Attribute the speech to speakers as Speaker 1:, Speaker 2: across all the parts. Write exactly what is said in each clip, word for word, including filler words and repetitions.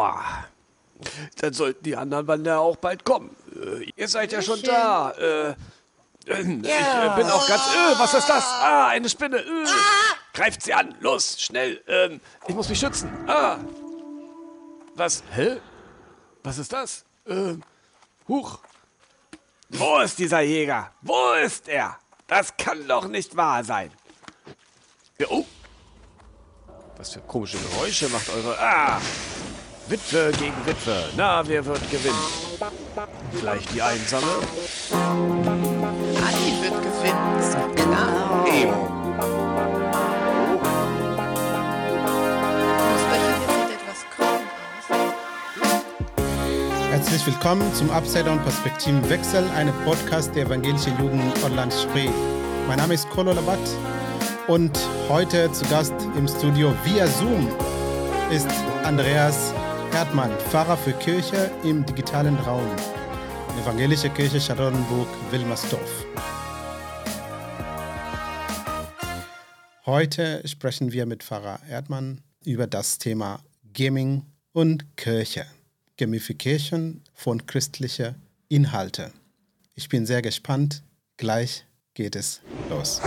Speaker 1: Boah. Dann sollten die anderen Wanderer auch bald kommen. Äh, ihr seid ja schon da. Äh, äh, ja. Ich äh, bin auch ganz... Äh, was ist das? Ah, eine Spinne. Äh. Greift sie an. Los, schnell. Ähm, ich muss mich schützen. Ah. Was? Hä? Was ist das? Äh, huch. Wo ist dieser Jäger? Wo ist er? Das kann doch nicht wahr sein. Ja, oh. Was für komische Geräusche macht eure... Ah! Witwe gegen Witwe. Na, wer wird gewinnen? Vielleicht die Einsame?
Speaker 2: Anni wird gewinnen, ist doch klar.
Speaker 1: Eben.
Speaker 2: Muss euch jetzt etwas kommen aus.
Speaker 3: Herzlich willkommen zum Upside Down Perspektivenwechsel, einem Podcast der Evangelischen Jugend Orland Spree. Mein Name ist Kolo Labat und heute zu Gast im Studio via Zoom ist Andreas Erdmann, Pfarrer für Kirche im digitalen Raum, Evangelische Kirche Charlottenburg-Wilmersdorf. Heute sprechen wir mit Pfarrer Erdmann über das Thema Gaming und Kirche, Gamification von christlichen Inhalten. Ich bin sehr gespannt. Gleich geht es los.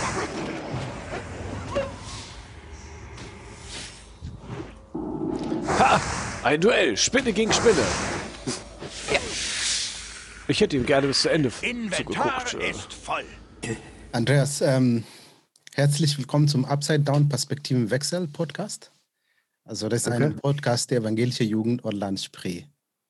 Speaker 1: Ha! Ein Duell. Spinne gegen Spinne.
Speaker 2: Ja.
Speaker 1: Ich hätte ihm gerne bis zu Ende
Speaker 4: Inventar
Speaker 1: zugeguckt.
Speaker 4: ist voll.
Speaker 3: Andreas, ähm, herzlich willkommen zum Upside Down Perspektivenwechsel Podcast. Also das ist
Speaker 1: Okay.
Speaker 3: ein Podcast der Evangelischen Jugend Orland Spree.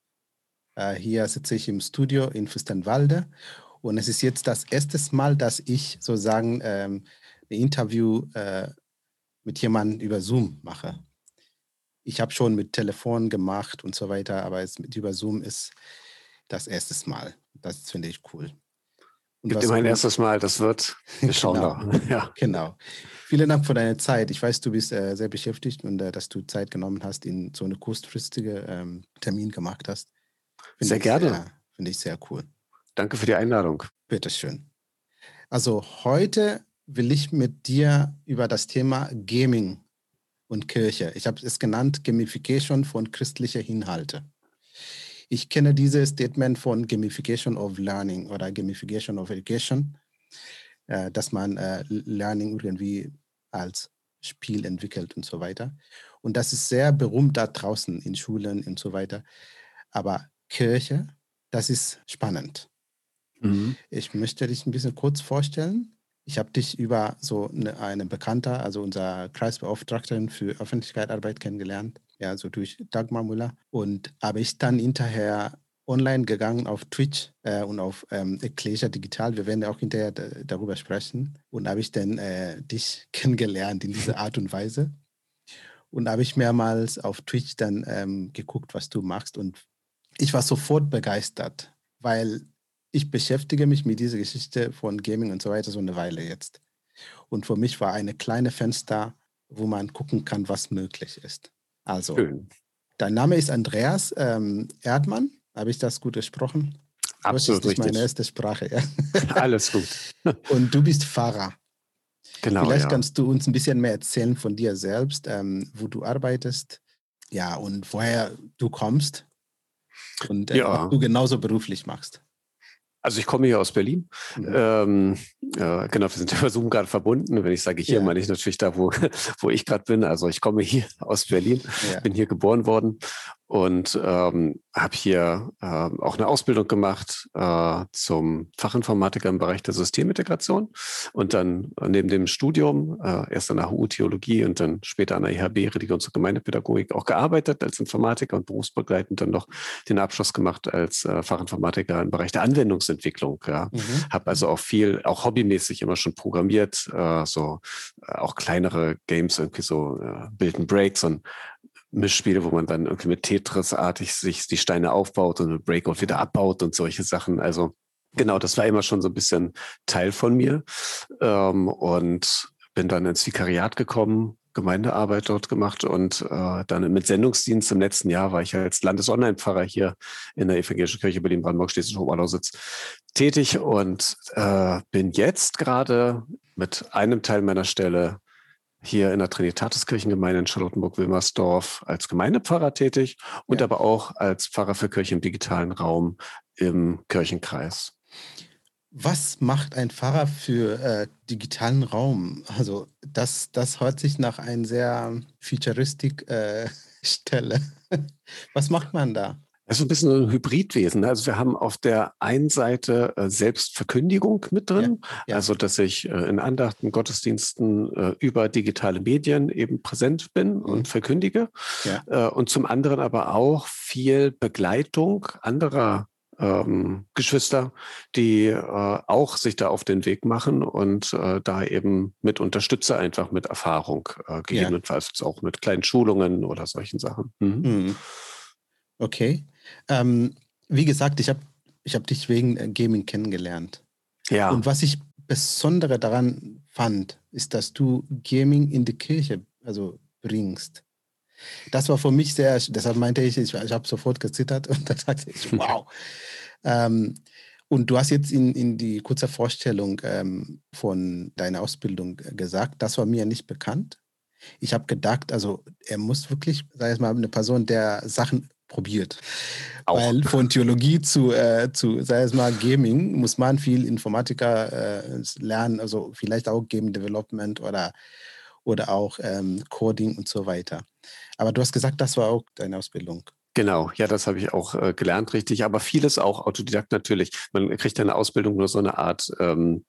Speaker 3: Äh, hier sitze ich im Studio in Fürstenwalde und es ist jetzt das erste Mal, dass ich sozusagen ähm, ein Interview äh, mit jemandem über Zoom mache. Ich habe schon mit Telefon gemacht und so weiter, aber es mit über Zoom ist das erste Mal. Das finde ich cool. Und
Speaker 1: Gibt
Speaker 3: was
Speaker 1: immer ein
Speaker 3: cool-
Speaker 1: erstes Mal, das wird. Wir schauen
Speaker 3: Genau.
Speaker 1: da. Ja.
Speaker 3: Genau. Vielen Dank für deine Zeit. Ich weiß, du bist äh, sehr beschäftigt und äh, dass du Zeit genommen hast, in so eine kurzfristige ähm, Termin gemacht hast. Finde
Speaker 1: Sehr
Speaker 3: ich
Speaker 1: gerne.
Speaker 3: Sehr, finde ich sehr cool.
Speaker 1: Danke für die Einladung.
Speaker 3: Bitteschön. Also heute will ich mit dir über das Thema Gaming und Kirche. Ich habe es genannt, Gamification von christlichen Inhalten. Ich kenne dieses Statement von Gamification of Learning oder Gamification of Education, äh, dass man äh, Learning irgendwie als Spiel entwickelt und so weiter. Und das ist sehr berühmt da draußen in Schulen und so weiter. Aber Kirche, das ist spannend.
Speaker 1: Mhm.
Speaker 3: Ich möchte dich ein bisschen kurz vorstellen. Ich habe dich über so eine, eine Bekannte, also unser Kreisbeauftragten für Öffentlichkeitsarbeit kennengelernt, ja, so durch Dagmar Müller. Und habe ich dann hinterher online gegangen auf Twitch äh, und auf ähm, Ecclesia Digital. Wir werden ja auch hinterher d- darüber sprechen. Und habe ich dann äh, dich kennengelernt in dieser Art und Weise. Und habe ich mehrmals auf Twitch dann ähm, geguckt, was du machst. Und ich war sofort begeistert, weil ich beschäftige mich mit dieser Geschichte von Gaming und so weiter so eine Weile jetzt. Und für mich war eine kleine Fenster, wo man gucken kann, was möglich ist. Also,
Speaker 1: Schön.
Speaker 3: dein Name ist Andreas ähm, Erdmann. Habe ich das gut gesprochen?
Speaker 1: Absolut
Speaker 3: Das ist meine
Speaker 1: richtig.
Speaker 3: erste Sprache, ja.
Speaker 1: Alles gut.
Speaker 3: Und du bist Pfarrer.
Speaker 1: Genau.
Speaker 3: Vielleicht
Speaker 1: Ja.
Speaker 3: kannst du uns ein bisschen mehr erzählen von dir selbst, ähm, wo du arbeitest, ja, und woher du kommst und äh,
Speaker 1: Ja.
Speaker 3: was du genauso beruflich machst.
Speaker 1: Also ich komme hier aus Berlin.
Speaker 3: Mhm.
Speaker 1: Ähm, äh, genau, wir sind über Zoom gerade verbunden. Wenn ich sage hier,
Speaker 3: Ja.
Speaker 1: meine ich natürlich da, wo, wo ich gerade bin. Also ich komme hier aus Berlin,
Speaker 3: Ja.
Speaker 1: bin hier geboren worden und ähm, habe hier äh, auch eine Ausbildung gemacht äh, zum Fachinformatiker im Bereich der Systemintegration und dann neben dem Studium äh, erst an der H U Theologie und dann später an der I H B Religions- und Gemeindepädagogik auch gearbeitet als Informatiker und berufsbegleitend dann noch den Abschluss gemacht als äh, Fachinformatiker im Bereich der Anwendungsentwicklung. Ja.
Speaker 3: Mhm.
Speaker 1: Habe also auch viel, auch hobbymäßig immer schon programmiert, äh, so äh, auch kleinere Games, irgendwie so äh, Build and Break, so ein Mischspiele, wo man dann irgendwie mit Tetris-artig sich die Steine aufbaut und mit Breakout wieder abbaut und solche Sachen. Also genau, das war immer schon so ein bisschen Teil von mir ähm, und bin dann ins Vikariat gekommen, Gemeindearbeit dort gemacht und äh, dann mit Sendungsdienst im letzten Jahr war ich als Landesonline-Pfarrer hier in der Evangelischen Kirche Berlin-Brandenburg-Schleswig-Oberlausitz tätig und äh, bin jetzt gerade mit einem Teil meiner Stelle
Speaker 4: hier in der Trinitatiskirchengemeinde in Charlottenburg-Wilmersdorf als Gemeindepfarrer tätig und
Speaker 3: Ja.
Speaker 4: aber auch als Pfarrer für Kirche im digitalen Raum im Kirchenkreis.
Speaker 3: Was macht ein Pfarrer für äh, digitalen Raum? Also das, das hört sich nach einer sehr futuristik äh, Stelle. Was macht man da?
Speaker 4: Es ist ein bisschen ein Hybridwesen. Ne? Also wir haben auf der einen Seite äh, Selbstverkündigung mit drin,
Speaker 3: Ja, ja.
Speaker 4: also dass ich äh, in Andachten, Gottesdiensten äh, über digitale Medien eben präsent bin
Speaker 3: Mhm.
Speaker 4: und verkündige.
Speaker 3: Ja.
Speaker 4: Äh, und zum anderen aber auch viel Begleitung anderer ähm, Geschwister, die äh, auch sich da auf den Weg machen und äh, da eben mit unterstütze, einfach mit Erfahrung, äh, gegebenenfalls auch mit kleinen Schulungen oder solchen Sachen. Mhm.
Speaker 3: Mhm. Okay. Ähm, wie gesagt, ich habe ich hab dich wegen äh, Gaming kennengelernt.
Speaker 4: Ja.
Speaker 3: Und was ich Besondere daran fand, ist, dass du Gaming in die Kirche also bringst. Das war für mich sehr, deshalb meinte ich, ich, ich habe sofort gezittert und dann sagte ich, wow. ähm, und du hast jetzt in, in die kurze Vorstellung ähm, von deiner Ausbildung gesagt, das war mir nicht bekannt. Ich habe gedacht, also er muss wirklich, sag ich mal, eine Person, der Sachen probiert.
Speaker 4: Auch.
Speaker 3: Weil von Theologie zu, äh, zu, sei es mal, Gaming, muss man viel Informatiker äh, lernen, also vielleicht auch Game Development oder, oder auch ähm, Coding und so weiter. Aber du hast gesagt, das war auch deine Ausbildung.
Speaker 4: Genau, ja, das habe ich auch äh, gelernt, richtig. Aber vieles auch Autodidakt natürlich. Man kriegt eine Ausbildung nur so eine Art ähm,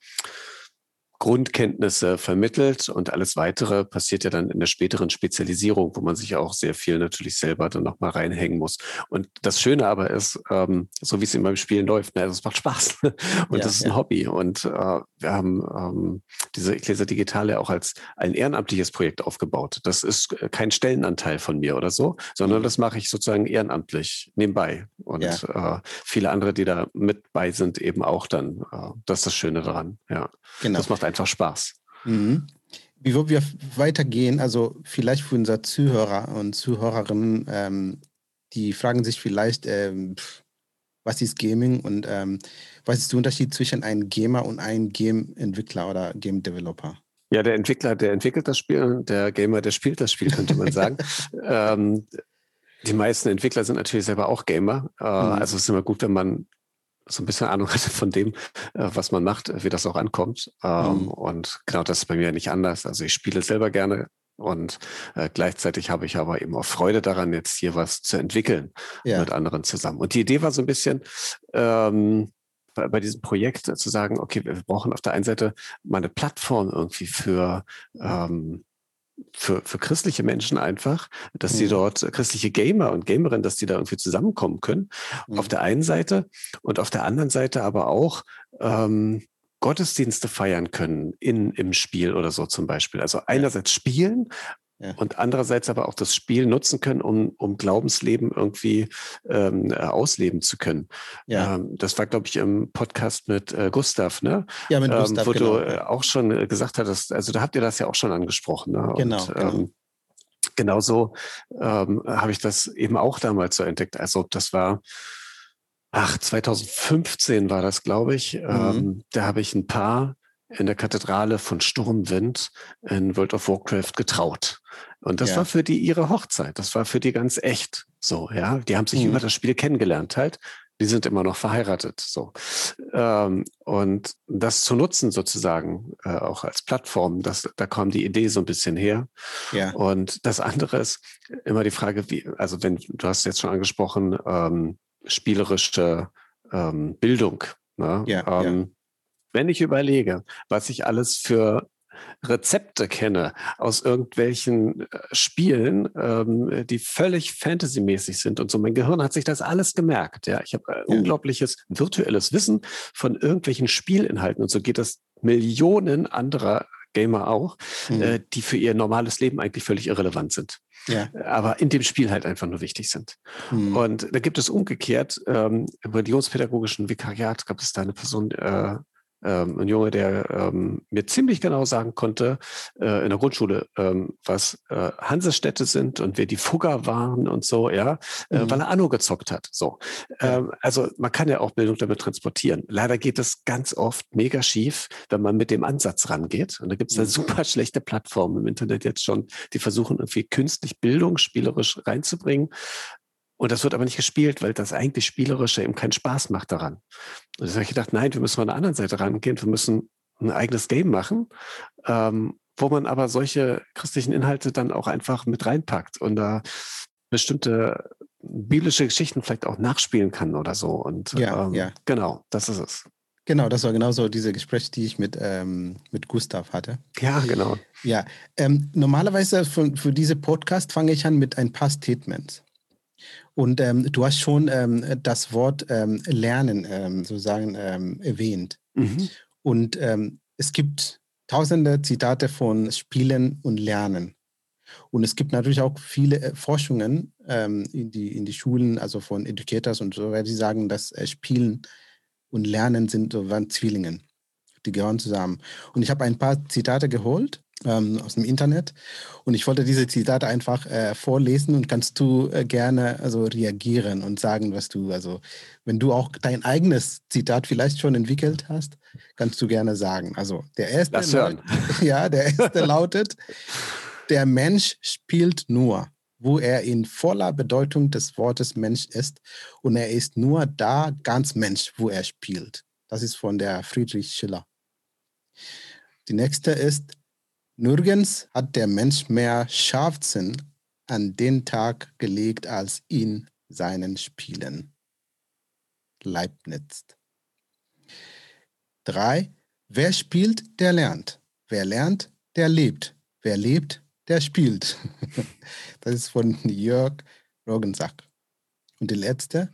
Speaker 4: Grundkenntnisse vermittelt und alles Weitere passiert ja dann in der späteren Spezialisierung, wo man sich auch sehr viel natürlich selber dann nochmal reinhängen muss. Und das Schöne aber ist, ähm, so wie es in meinem Spielen läuft, ne, also es macht Spaß und
Speaker 3: Ja,
Speaker 4: das ist
Speaker 3: ja.
Speaker 4: ein Hobby. Und äh, wir haben ähm, diese Ecclesia Digitale auch als ein ehrenamtliches Projekt aufgebaut. Das ist kein Stellenanteil von mir oder so, sondern
Speaker 3: Mhm.
Speaker 4: das mache ich sozusagen ehrenamtlich nebenbei. Und
Speaker 3: Ja.
Speaker 4: äh, viele andere, die da mit bei sind, eben auch dann. Äh, das ist das Schöne daran, ja.
Speaker 3: Genau.
Speaker 4: Das macht einfach Spaß.
Speaker 3: Mhm. Bevor wir weitergehen, also vielleicht für unsere Zuhörer und Zuhörerinnen, ähm, die fragen sich vielleicht, ähm, pff, was ist Gaming und ähm, was ist der Unterschied zwischen einem Gamer und einem Game-Entwickler oder Game-Developer?
Speaker 4: Ja, der Entwickler, der entwickelt das Spiel und der Gamer, der spielt das Spiel, könnte man sagen. ähm, die meisten Entwickler sind natürlich selber auch Gamer. Äh,
Speaker 3: Mhm.
Speaker 4: Also es ist immer gut, wenn man so ein bisschen Ahnung hat von dem, äh, was man macht, wie das auch ankommt. Ähm,
Speaker 3: Mhm.
Speaker 4: Und genau das ist bei mir nicht anders. Also ich spiele selber gerne und äh, gleichzeitig habe ich aber eben auch Freude daran, jetzt hier was zu entwickeln
Speaker 3: Ja.
Speaker 4: mit anderen zusammen. Und die Idee war so ein bisschen, ähm, bei, bei diesem Projekt äh, zu sagen, okay, wir brauchen auf der einen Seite mal eine Plattform irgendwie für ähm, für, für christliche Menschen einfach, dass die
Speaker 3: Mhm.
Speaker 4: dort, äh, christliche Gamer und Gamerinnen, dass die da irgendwie zusammenkommen können.
Speaker 3: Mhm.
Speaker 4: Auf der einen Seite und auf der anderen Seite aber auch ähm, Gottesdienste feiern können in, im Spiel oder so zum Beispiel. Also einerseits spielen
Speaker 3: Ja.
Speaker 4: und andererseits aber auch das Spiel nutzen können, um, um Glaubensleben irgendwie ähm, äh, ausleben zu können.
Speaker 3: Ja.
Speaker 4: Ähm, das war, glaube ich, im Podcast mit äh, Gustav, ne?
Speaker 3: Ja, mit
Speaker 4: Ähm,
Speaker 3: Gustav,
Speaker 4: wo
Speaker 3: genau.
Speaker 4: du äh, auch schon äh, gesagt hattest, also da habt ihr das ja auch schon angesprochen. Ne?
Speaker 3: Genau,
Speaker 4: Und
Speaker 3: genau.
Speaker 4: ähm, genauso ähm, habe ich das eben auch damals so entdeckt. Also das war, ach, zwanzig fünfzehn war das, glaube ich.
Speaker 3: Mhm.
Speaker 4: Ähm, da habe ich ein Paar in der Kathedrale von Sturmwind in World of Warcraft getraut. Und das
Speaker 3: Ja.
Speaker 4: war für die ihre Hochzeit. Das war für die ganz echt so, ja. Die haben sich
Speaker 3: Mhm.
Speaker 4: über das Spiel kennengelernt halt. Die sind immer noch verheiratet, so. Ähm, und das zu nutzen sozusagen, äh, auch als Plattform, das, da kam die Idee so ein bisschen her.
Speaker 3: Ja.
Speaker 4: Und das andere ist immer die Frage, wie, also wenn, du hast jetzt schon angesprochen, ähm, spielerische ähm, Bildung, ne?
Speaker 3: Ja, ja.
Speaker 4: Ähm, wenn ich überlege, was ich alles für Rezepte kenne aus irgendwelchen äh, Spielen, ähm, die völlig fantasymäßig sind und so. Mein Gehirn hat sich das alles gemerkt. Ja, ich habe äh,
Speaker 3: Ja.
Speaker 4: unglaubliches virtuelles Wissen von irgendwelchen Spielinhalten und so geht es Millionen anderer Gamer auch,
Speaker 3: Mhm.
Speaker 4: äh, die für ihr normales Leben eigentlich völlig irrelevant sind,
Speaker 3: Ja.
Speaker 4: aber in dem Spiel halt einfach nur wichtig sind.
Speaker 3: Mhm.
Speaker 4: Und da gibt es umgekehrt, ähm, im religionspädagogischen Vikariat gab es da eine Person, äh, ähm, ein Junge, der ähm, mir ziemlich genau sagen konnte, äh, in der Grundschule, ähm, was äh, Hansestädte sind und wer die Fugger waren und so, ja, äh,
Speaker 3: Mhm.
Speaker 4: weil er Anno gezockt hat. So.
Speaker 3: Ja.
Speaker 4: Ähm, also man kann ja auch Bildung damit transportieren. Leider geht es ganz oft mega schief, wenn man mit dem Ansatz rangeht. Und da gibt es da
Speaker 3: Mhm.
Speaker 4: super schlechte Plattformen im Internet jetzt schon, die versuchen irgendwie künstlich Bildung spielerisch reinzubringen. Und das wird aber nicht gespielt, weil das eigentlich Spielerische eben keinen Spaß macht daran. Und da habe ich gedacht, nein, wir müssen von der anderen Seite rangehen. Wir müssen ein eigenes Game machen, ähm, wo man aber solche christlichen Inhalte dann auch einfach mit reinpackt und da bestimmte biblische Geschichten vielleicht auch nachspielen kann oder so. Und
Speaker 3: Ja,
Speaker 4: ähm,
Speaker 3: ja.
Speaker 4: genau, das ist es.
Speaker 3: Genau, das war genauso diese Gespräche, die ich mit, ähm, mit Gustav hatte.
Speaker 4: Ja, genau.
Speaker 3: Ja, ähm, normalerweise für, für diese Podcast fange ich an mit ein paar Statements. Und ähm, du hast schon ähm, das Wort ähm, Lernen ähm, sozusagen ähm, erwähnt.
Speaker 4: Mhm.
Speaker 3: Und ähm, es gibt tausende Zitate von Spielen und Lernen. Und es gibt natürlich auch viele äh, Forschungen ähm, in, die, in die Schulen, also von Educators und so, weil die sagen, dass äh, Spielen und Lernen sind so waren Zwillingen. Die gehören zusammen. Und ich habe ein paar Zitate geholt ähm, aus dem Internet und ich wollte diese Zitate einfach äh, vorlesen und kannst du äh, gerne also reagieren und sagen, was du, also wenn du auch dein eigenes Zitat vielleicht schon entwickelt hast, kannst du gerne sagen. Also der erste,
Speaker 4: Lass hören.
Speaker 3: ja, der erste lautet, der Mensch spielt nur, wo er in voller Bedeutung des Wortes Mensch ist und er ist nur da ganz Mensch, wo er spielt. Das ist von der Friedrich Schiller. Die nächste ist, nirgends hat der Mensch mehr Scharfsinn an den Tag gelegt als in seinen Spielen. Leibniz. Drei, wer spielt, der lernt. Wer lernt, der lebt. Wer lebt, der spielt. Das ist von Jörg Roggensack. Und die letzte,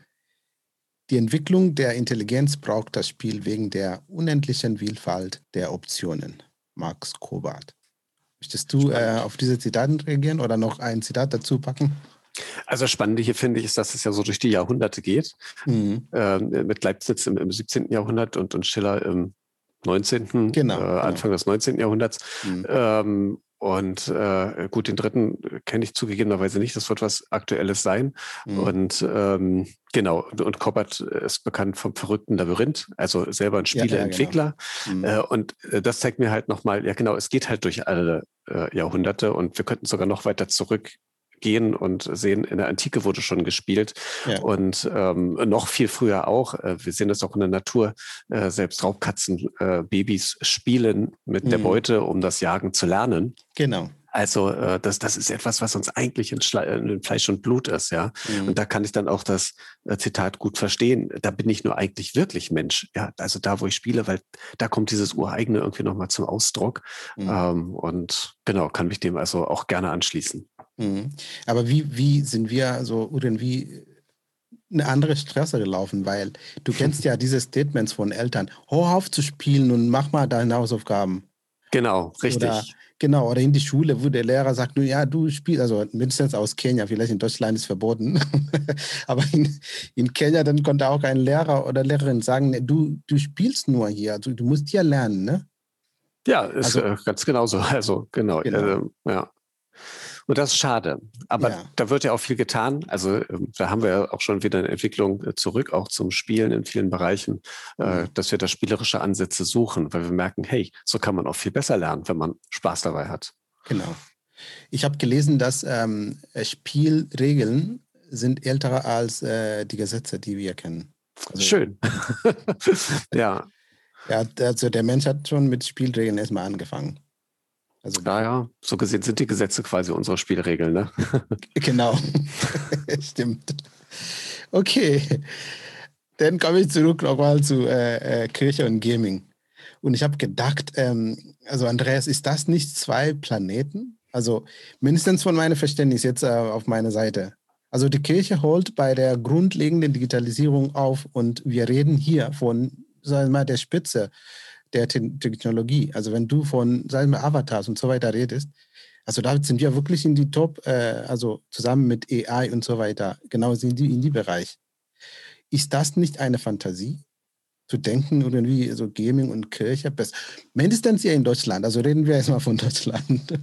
Speaker 3: die Entwicklung der Intelligenz braucht das Spiel wegen der unendlichen Vielfalt der Optionen. Max Kobart. Möchtest du äh, auf diese Zitate reagieren oder noch ein Zitat dazu packen?
Speaker 4: Also das Spannende hier finde ich, ist, dass es ja so durch die Jahrhunderte geht.
Speaker 3: Mhm.
Speaker 4: Ähm, mit Leibniz im, im siebzehnten. Jahrhundert und, und Schiller im neunzehnten.
Speaker 3: Genau,
Speaker 4: äh,
Speaker 3: genau.
Speaker 4: Anfang des neunzehnten. Jahrhunderts.
Speaker 3: Mhm.
Speaker 4: Ähm, und äh, gut, den dritten kenne ich zugegebenerweise nicht. Das wird was Aktuelles sein.
Speaker 3: Mhm.
Speaker 4: Und ähm, genau, und Kobart ist bekannt vom verrückten Labyrinth, also selber ein Spieleentwickler.
Speaker 3: Ja, ja, genau.
Speaker 4: äh, und äh, das zeigt mir halt nochmal, ja genau, es geht halt durch alle äh, Jahrhunderte und wir könnten sogar noch weiter zurück gehen und sehen, in der Antike wurde schon gespielt
Speaker 3: Ja.
Speaker 4: und ähm, noch viel früher auch. Äh, wir sehen das auch in der Natur. Äh, selbst Raubkatzen, äh, Babys spielen mit
Speaker 3: Mhm.
Speaker 4: der Beute, um das Jagen zu lernen.
Speaker 3: Genau.
Speaker 4: Also äh, das, das ist etwas, was uns eigentlich in, Schla in Fleisch und Blut ist, ja.
Speaker 3: Mhm.
Speaker 4: Und da kann ich dann auch das äh, Zitat gut verstehen. Da bin ich nur eigentlich wirklich Mensch. Ja, also da, wo ich spiele, weil da kommt dieses Ureigene irgendwie nochmal zum Ausdruck.
Speaker 3: Mhm.
Speaker 4: Ähm, und genau, kann mich dem also auch gerne anschließen.
Speaker 3: Mhm. Aber wie, wie sind wir so irgendwie eine andere Straße gelaufen? Weil du kennst ja diese Statements von Eltern. Hör auf zu spielen und mach mal deine Hausaufgaben.
Speaker 4: Genau, richtig.
Speaker 3: Oder, genau, oder in die Schule, wo der Lehrer sagt, nur, ja, du spielst, also mindestens aus Kenia, vielleicht in Deutschland ist es verboten, aber in, in Kenia, dann konnte auch ein Lehrer oder Lehrerin sagen, du, du spielst nur hier, du, du musst hier lernen, ne?
Speaker 4: Ja, ist
Speaker 3: Also-
Speaker 4: äh, ganz genauso. Also genau,
Speaker 3: Genau.
Speaker 4: Äh, ja. Und das ist schade. Aber
Speaker 3: Ja.
Speaker 4: da wird ja auch viel getan. Also ähm, da haben wir ja auch schon wieder eine Entwicklung äh, zurück, auch zum Spielen in vielen Bereichen, äh,
Speaker 3: Mhm.
Speaker 4: dass wir da spielerische Ansätze suchen, weil wir merken, hey, so kann man auch viel besser lernen, wenn man Spaß dabei hat.
Speaker 3: Genau. Ich habe gelesen, dass ähm, Spielregeln sind älter als äh, die Gesetze, die wir kennen. Also,
Speaker 4: Schön. Ja,
Speaker 3: Ja, also der Mensch hat schon mit Spielregeln erstmal angefangen. Also
Speaker 4: naja, so gesehen sind die Gesetze quasi unsere Spielregeln, ne?
Speaker 3: genau. Stimmt. Okay. Dann komme ich zurück nochmal zu äh, äh, Kirche und Gaming. Und ich habe gedacht, ähm, also Andreas, ist das nicht zwei Planeten? Also mindestens von meinem Verständnis jetzt äh, auf meiner Seite. Also die Kirche holt bei der grundlegenden Digitalisierung auf und wir reden hier von, sagen wir mal, der Spitze der Te- Technologie. Also wenn du von, sagen wir, Avatars und so weiter redest, also da sind wir wirklich in die Top, äh, also zusammen mit A I und so weiter, genau in die, in die Bereich. Ist das nicht eine Fantasie? zu denken, irgendwie so Gaming und Kirche. Best. Mindestens hier in Deutschland. Also reden wir erstmal von Deutschland.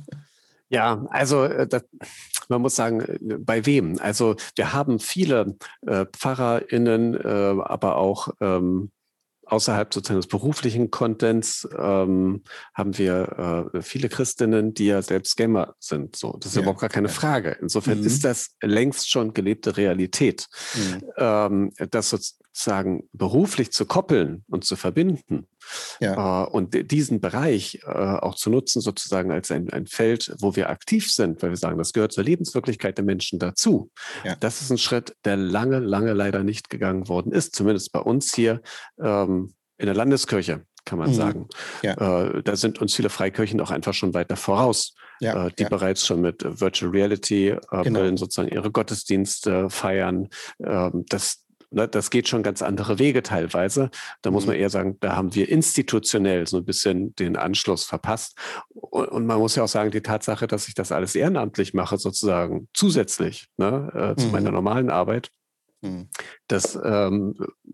Speaker 4: Ja, also äh, das, man muss sagen, äh, bei wem? Also wir haben viele äh, PfarrerInnen, äh, aber auch ähm, außerhalb sozusagen des beruflichen Contents ähm, haben wir äh, viele Christinnen, die ja selbst Gamer sind. So, das ist ja, überhaupt gar keine ja. Frage. Insofern mhm. ist das längst schon gelebte Realität. Mhm. Ähm, das sozusagen beruflich zu koppeln und zu verbinden ja. äh, und diesen Bereich äh, auch zu nutzen sozusagen als ein, ein Feld, wo wir aktiv sind, weil wir sagen, das gehört zur Lebenswirklichkeit der Menschen dazu. Ja. Das ist ein Schritt, der lange, lange leider nicht gegangen worden ist, zumindest bei uns hier ähm, in der Landeskirche, kann man mhm. sagen. Ja. Äh, da sind uns viele Freikirchen auch einfach schon weiter voraus, ja, äh, die ja. bereits schon mit Virtual Reality äh, genau. sozusagen ihre Gottesdienste feiern. Äh, das, ne, das geht schon ganz andere Wege teilweise. Da mhm. muss man eher sagen, da haben wir institutionell so ein bisschen den Anschluss verpasst. Und, und man muss ja auch sagen, die Tatsache, dass ich das alles ehrenamtlich mache, sozusagen zusätzlich ne, äh, zu mhm. meiner normalen Arbeit, mhm. das ähm,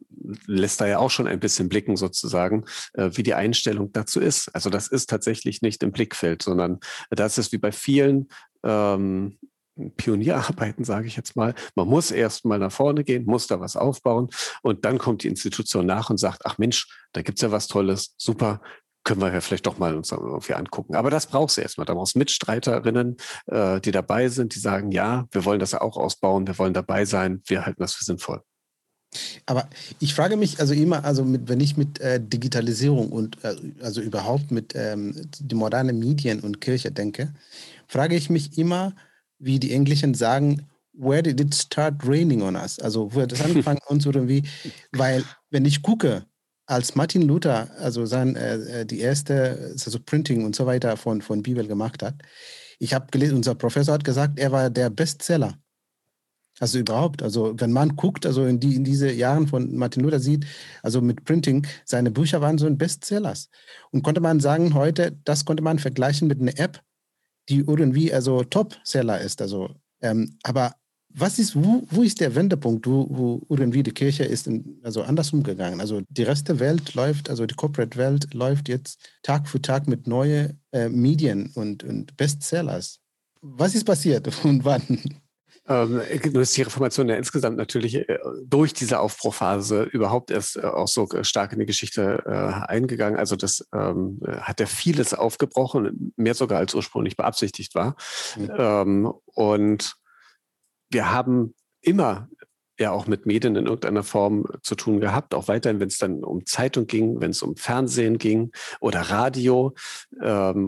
Speaker 4: lässt da ja auch schon ein bisschen blicken sozusagen, äh, wie die Einstellung dazu ist. Also das ist tatsächlich nicht im Blickfeld, sondern das ist wie bei vielen ähm, Pionierarbeiten, sage ich jetzt mal. Man muss erst mal nach vorne gehen, muss da was aufbauen und dann kommt die Institution nach und sagt, ach Mensch, da gibt's ja was Tolles, super, können wir ja vielleicht doch mal uns irgendwie angucken. Aber das brauchst du erstmal. Da brauchst du Mitstreiterinnen, äh, die dabei sind, die sagen, ja, wir wollen das ja auch ausbauen, wir wollen dabei sein, wir halten das für sinnvoll.
Speaker 3: Aber ich frage mich also immer, also mit, wenn ich mit äh, Digitalisierung und äh, also überhaupt mit ähm, die modernen Medien und Kirche denke, frage ich mich immer, wie die Englischen sagen, where did it start raining on us? Also wo hat es angefangen uns irgendwie, weil wenn ich gucke, als Martin Luther also sein, äh, die erste also Printing und so weiter von, von Bibel gemacht hat, ich habe gelesen, unser Professor hat gesagt, er war der Bestseller. Also überhaupt, also wenn man guckt, also in, die, in diese Jahren von Martin Luther sieht, also mit Printing, seine Bücher waren so ein Bestsellers. Und konnte man sagen, heute, das konnte man vergleichen mit einer App, die irgendwie also Top-Seller ist. Also, ähm, aber was ist, wo, wo ist der Wendepunkt, wo, wo irgendwie die Kirche ist in, also andersrum gegangen? Also die Rest der Welt läuft, also die Corporate-Welt läuft jetzt Tag für Tag mit neuen äh, Medien und, und Bestsellers. Was ist passiert und wann?
Speaker 4: Ähm, ist die Reformation ja insgesamt natürlich äh, durch diese Aufbruchphase überhaupt erst äh, auch so stark in die Geschichte äh, eingegangen. Also das ähm, hat ja vieles aufgebrochen, mehr sogar als ursprünglich beabsichtigt war. Mhm. Ähm, und wir haben immer ja auch mit Medien in irgendeiner Form zu tun gehabt, auch weiterhin, wenn es dann um Zeitung ging, wenn es um Fernsehen ging oder Radio. Ähm,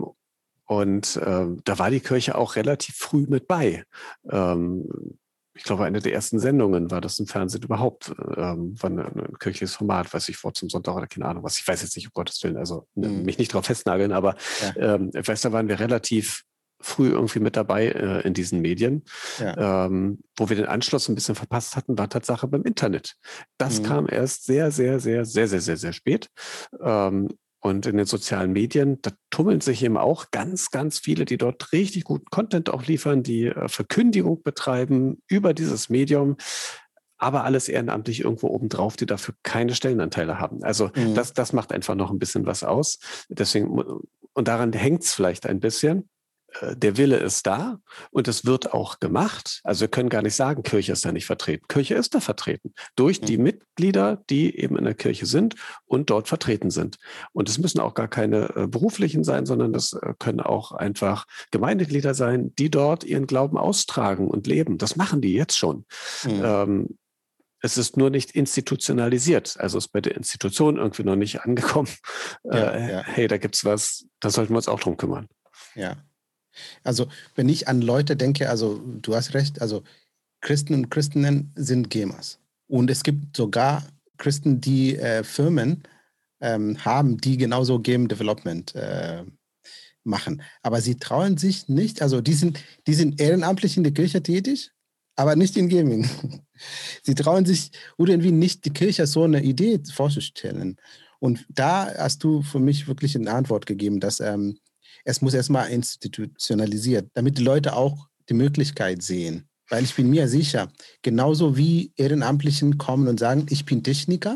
Speaker 4: Und äh, da war die Kirche auch relativ früh mit bei. Ähm, ich glaube, eine der ersten Sendungen war das im Fernsehen überhaupt. Ähm, war ein, ein kirchliches Format, weiß ich, vor zum Sonntag oder keine Ahnung was. Ich weiß jetzt nicht, um Gottes Willen, also mhm. mich nicht drauf festnageln, aber ja. ähm, ich weiß, da waren wir relativ früh irgendwie mit dabei äh, in diesen Medien. Ja. Ähm, wo wir den Anschluss ein bisschen verpasst hatten, war Tatsache beim Internet. Das mhm. kam erst sehr, sehr, sehr, sehr, sehr, sehr, sehr spät. Ähm, Und in den sozialen Medien, da tummeln sich eben auch ganz, ganz viele, die dort richtig guten Content auch liefern, die äh, Verkündigung betreiben über dieses Medium, aber alles ehrenamtlich irgendwo obendrauf, die dafür keine Stellenanteile haben. Also mhm. das, das macht einfach noch ein bisschen was aus. Deswegen, und daran hängt es vielleicht ein bisschen. Der Wille ist da und es wird auch gemacht. Also wir können gar nicht sagen, Kirche ist da nicht vertreten. Kirche ist da vertreten durch die Mitglieder, die eben in der Kirche sind und dort vertreten sind. Und es müssen auch gar keine äh, beruflichen sein, sondern das äh, können auch einfach Gemeindeglieder sein, die dort ihren Glauben austragen und leben. Das machen die jetzt schon. Mhm. Ähm, es ist nur nicht institutionalisiert. Also ist bei der Institution irgendwie noch nicht angekommen. Ja, äh, ja. Hey, da gibt's was, da sollten wir uns auch drum kümmern.
Speaker 3: Ja. Also wenn ich an Leute denke, also du hast recht, also Christen und Christinnen sind Gamers. Und es gibt sogar Christen, die äh, Firmen ähm, haben, die genauso Game Development äh, machen. Aber sie trauen sich nicht, also die sind, die sind ehrenamtlich in der Kirche tätig, aber nicht in Gaming. Sie trauen sich irgendwie nicht, die Kirche so eine Idee vorzustellen. Und da hast du für mich wirklich eine Antwort gegeben, dass ähm, es muss erstmal institutionalisiert, damit die Leute auch die Möglichkeit sehen. Weil ich bin mir sicher, genauso wie Ehrenamtlichen kommen und sagen, ich bin Techniker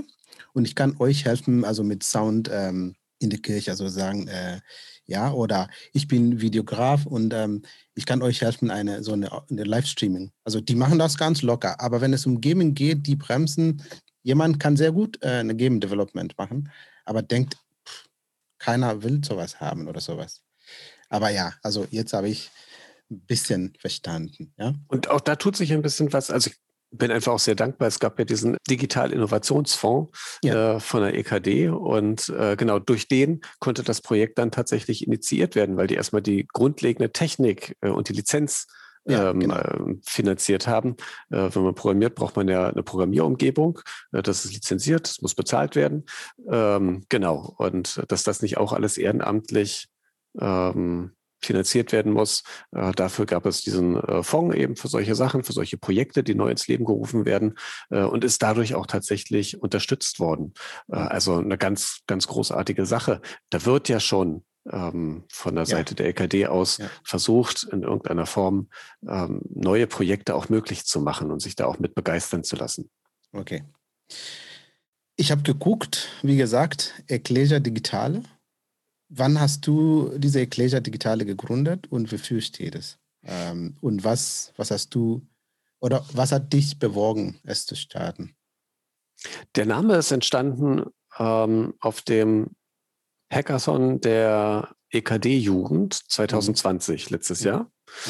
Speaker 3: und ich kann euch helfen, also mit Sound ähm, in der Kirche, also sagen, äh, ja, oder ich bin Videograf und ähm, ich kann euch helfen, eine so eine, eine Livestreaming. Also die machen das ganz locker, aber wenn es um Gaming geht, die bremsen. Jemand kann sehr gut äh, eine Game Development machen, aber denkt, pff, keiner will sowas haben oder sowas. Aber ja, also jetzt habe ich ein bisschen verstanden. Ja?
Speaker 4: Und auch da tut sich ein bisschen was. Also ich bin einfach auch sehr dankbar. Es gab ja diesen Digital-Innovationsfonds
Speaker 3: Ja.
Speaker 4: äh, von der E K D und äh, genau durch den konnte das Projekt dann tatsächlich initiiert werden, weil die erstmal die grundlegende Technik äh, und die Lizenz
Speaker 3: Ja,
Speaker 4: ähm,
Speaker 3: genau.
Speaker 4: äh, finanziert haben. Äh, wenn man programmiert, braucht man ja eine Programmierumgebung. Äh, das ist lizenziert, das muss bezahlt werden. Ähm, genau. Und dass das nicht auch alles ehrenamtlich ähm, finanziert werden muss. Äh, dafür gab es diesen äh, Fonds eben für solche Sachen, für solche Projekte, die neu ins Leben gerufen werden äh, und ist dadurch auch tatsächlich unterstützt worden. Äh, also eine ganz, ganz großartige Sache. Da wird ja schon ähm, von der
Speaker 3: Ja.
Speaker 4: Seite der E K D aus
Speaker 3: Ja.
Speaker 4: versucht, in irgendeiner Form ähm, neue Projekte auch möglich zu machen und sich da auch mit begeistern zu lassen.
Speaker 3: Okay. Ich habe geguckt, wie gesagt, Ecclesia Digitale. Wann hast du diese Ecclesia Digitale gegründet und wofür steht es? Ähm, und was, was hast du oder was hat dich bewogen, es zu starten?
Speaker 4: Der Name ist entstanden ähm, auf dem Hackathon der E K D-Jugend zwanzig zwanzig, mhm. letztes Jahr.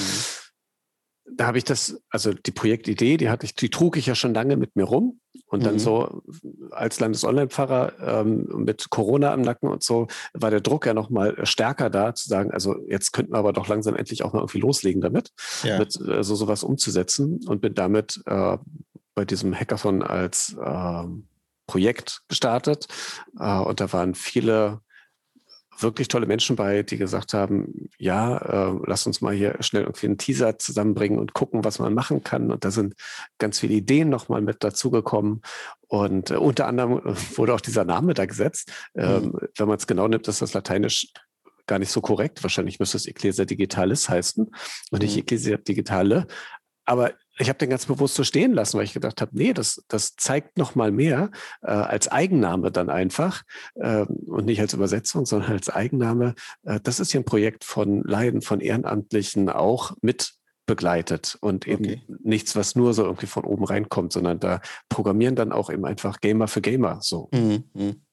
Speaker 4: Mhm. Da habe ich das, also die Projektidee, die hatte ich, die trug ich ja schon lange mit mir rum. Und dann mhm. so als Landesonline-Pfarrer ähm, mit Corona im Nacken und so, war der Druck ja noch mal stärker da, zu sagen, also jetzt könnten wir aber doch langsam endlich auch mal irgendwie loslegen damit, ja. mit also sowas umzusetzen und bin damit äh, bei diesem Hackathon als äh, Projekt gestartet. Äh, und da waren viele wirklich tolle Menschen bei, die gesagt haben, ja, äh, lass uns mal hier schnell irgendwie einen Teaser zusammenbringen und gucken, was man machen kann. Und da sind ganz viele Ideen nochmal mit dazugekommen. Und äh, unter anderem wurde auch dieser Name da gesetzt. Ähm, mhm. Wenn man es genau nimmt, ist das Lateinisch gar nicht so korrekt. Wahrscheinlich müsste es Ecclesia Digitalis heißen und nicht mhm. Ecclesia Digitale. Aber ich habe den ganz bewusst so stehen lassen, weil ich gedacht habe, nee, das, das zeigt noch mal mehr äh, als Eigenname dann einfach äh, und nicht als Übersetzung, sondern als Eigenname. Äh, das ist hier ein Projekt von Laien, von Ehrenamtlichen auch mit begleitet und eben okay. nichts, was nur so irgendwie von oben reinkommt, sondern da programmieren dann auch eben einfach Gamer für Gamer so.
Speaker 3: Mhm.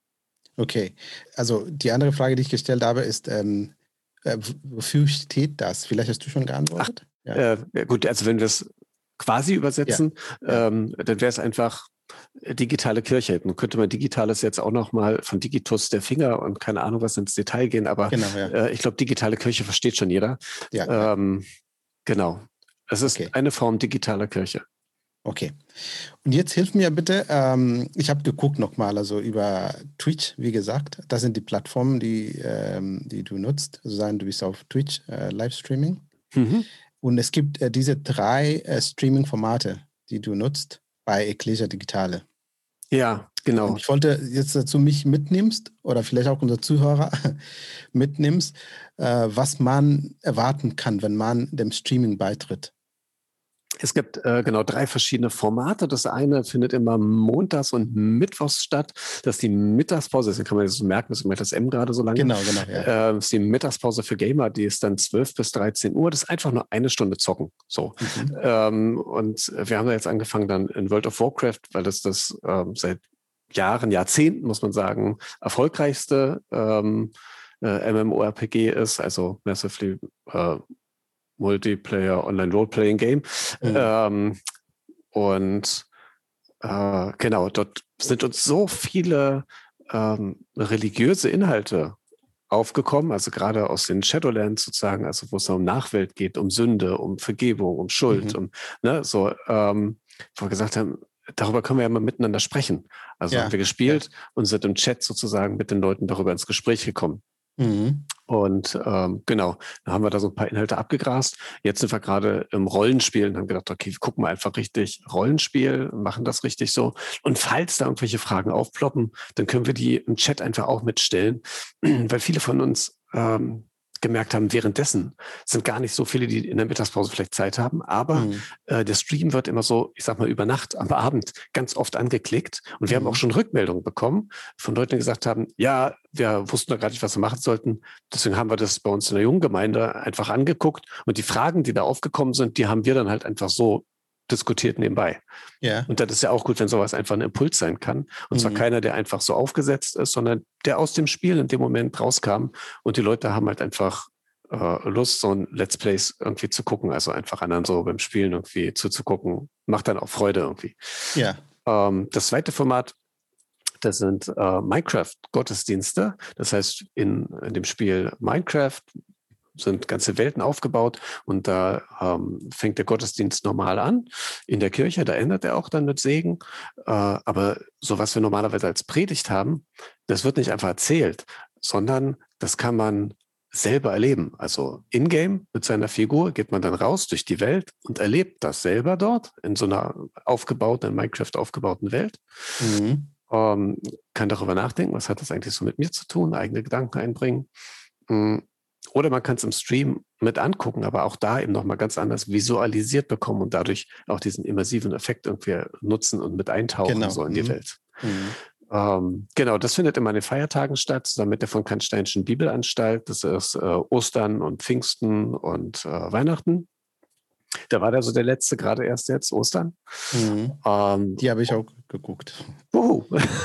Speaker 3: Okay, also die andere Frage, die ich gestellt habe, ist, ähm, äh, wofür steht das? Vielleicht hast du schon geantwortet.
Speaker 4: Ach, ja. Äh, gut, also wenn wir es quasi übersetzen, ja. ähm, dann wäre es einfach digitale Kirche. Nun könnte man Digitales jetzt auch noch mal von Digitus der Finger und keine Ahnung was ins Detail gehen, aber genau, ja. äh, ich glaube, digitale Kirche versteht schon jeder. Ja, ähm, ja. Genau. Es ist okay. eine Form digitaler Kirche.
Speaker 3: Okay. Und jetzt hilf mir bitte, ähm, ich habe geguckt nochmal, also über Twitch, wie gesagt, das sind die Plattformen, die, ähm, die du nutzt, also sagen, du bist auf Twitch, äh, Livestreaming. Mhm. Und es gibt äh, diese drei äh, Streaming-Formate, die du nutzt bei Ecclesia Digitale.
Speaker 4: Ja, genau.
Speaker 3: Und ich wollte jetzt dazu mich mitnimmst oder vielleicht auch unsere Zuhörer mitnimmst, äh, was man erwarten kann, wenn man dem Streaming beitritt.
Speaker 4: Es gibt äh, genau drei verschiedene Formate. Das eine findet immer montags und mittwochs statt. Das ist die Mittagspause. Deswegen kann man das so merken, dass immer das M gerade so lange.
Speaker 3: Genau, genau. Ja.
Speaker 4: Äh, das ist die Mittagspause für Gamer. Die ist dann zwölf bis dreizehn Uhr. Das ist einfach nur eine Stunde zocken. So. Mhm. Ähm, und wir haben da jetzt angefangen dann in World of Warcraft, weil das das ähm, seit Jahren, Jahrzehnten, muss man sagen, erfolgreichste ähm, äh, MMORPG ist. Also Massively äh, Multiplayer Online Role-Playing Game. Mhm. Ähm, und äh, genau, dort sind uns so viele ähm, religiöse Inhalte aufgekommen, also gerade aus den Shadowlands sozusagen, also wo es um Nachwelt geht, um Sünde, um Vergebung, um Schuld, mhm. um ne, so, ähm, wo wir gesagt haben, darüber können wir ja mal miteinander sprechen. Also ja. haben wir gespielt ja. und sind im Chat sozusagen mit den Leuten darüber ins Gespräch gekommen. Mhm. Und ähm, genau, dann haben wir da so ein paar Inhalte abgegrast. Jetzt sind wir gerade im Rollenspiel und haben gedacht, okay, wir gucken mal einfach richtig Rollenspiel, machen das richtig so. Und falls da irgendwelche Fragen aufploppen, dann können wir die im Chat einfach auch mitstellen, weil viele von uns ähm, gemerkt haben, währenddessen sind gar nicht so viele, die in der Mittagspause vielleicht Zeit haben, aber
Speaker 3: Mhm.
Speaker 4: äh, der Stream wird immer so, ich sag mal, über Nacht, am Abend ganz oft angeklickt und wir
Speaker 3: Mhm.
Speaker 4: haben auch schon Rückmeldungen bekommen von Leuten, die gesagt haben, ja, wir wussten noch gar nicht, was wir machen sollten, deswegen haben wir das bei uns in der jungen Gemeinde einfach angeguckt und die Fragen, die da aufgekommen sind, die haben wir dann halt einfach so diskutiert nebenbei.
Speaker 3: Ja.
Speaker 4: Und das ist ja auch gut, wenn sowas einfach ein Impuls sein kann. Und zwar
Speaker 3: Mhm.
Speaker 4: keiner, der einfach so aufgesetzt ist, sondern der aus dem Spiel in dem Moment rauskam. Und die Leute haben halt einfach äh, Lust, so ein Let's Plays irgendwie zu gucken. Also einfach anderen so beim Spielen irgendwie zuzugucken. Macht dann auch Freude irgendwie.
Speaker 3: Ja.
Speaker 4: Ähm, das zweite Format, das sind äh, Minecraft-Gottesdienste. Das heißt, in, in dem Spiel Minecraft sind ganze Welten aufgebaut und da ähm, fängt der Gottesdienst normal an in der Kirche, da endet er auch dann mit Segen, äh, aber so was wir normalerweise als Predigt haben, das wird nicht einfach erzählt, sondern das kann man selber erleben. Also in-game mit seiner Figur geht man dann raus durch die Welt und erlebt das selber dort in so einer aufgebauten, in Minecraft aufgebauten Welt.
Speaker 3: Mhm.
Speaker 4: Ähm, kann darüber nachdenken, was hat das eigentlich so mit mir zu tun, eigene Gedanken einbringen. Mhm. Oder man kann es im Stream mit angucken, aber auch da eben nochmal ganz anders visualisiert bekommen und dadurch auch diesen immersiven Effekt irgendwie nutzen und mit eintauchen
Speaker 3: Genau.
Speaker 4: so in die
Speaker 3: Mhm.
Speaker 4: Welt.
Speaker 3: Mhm.
Speaker 4: Ähm, genau, das findet immer an den Feiertagen statt, zusammen mit der von Kannsteinschen Bibelanstalt. Das ist äh, Ostern und Pfingsten und äh, Weihnachten. Da war da so der letzte, gerade erst jetzt, Ostern.
Speaker 3: Mhm.
Speaker 4: Ähm,
Speaker 3: Die habe ich auch geguckt.
Speaker 4: Wuhu.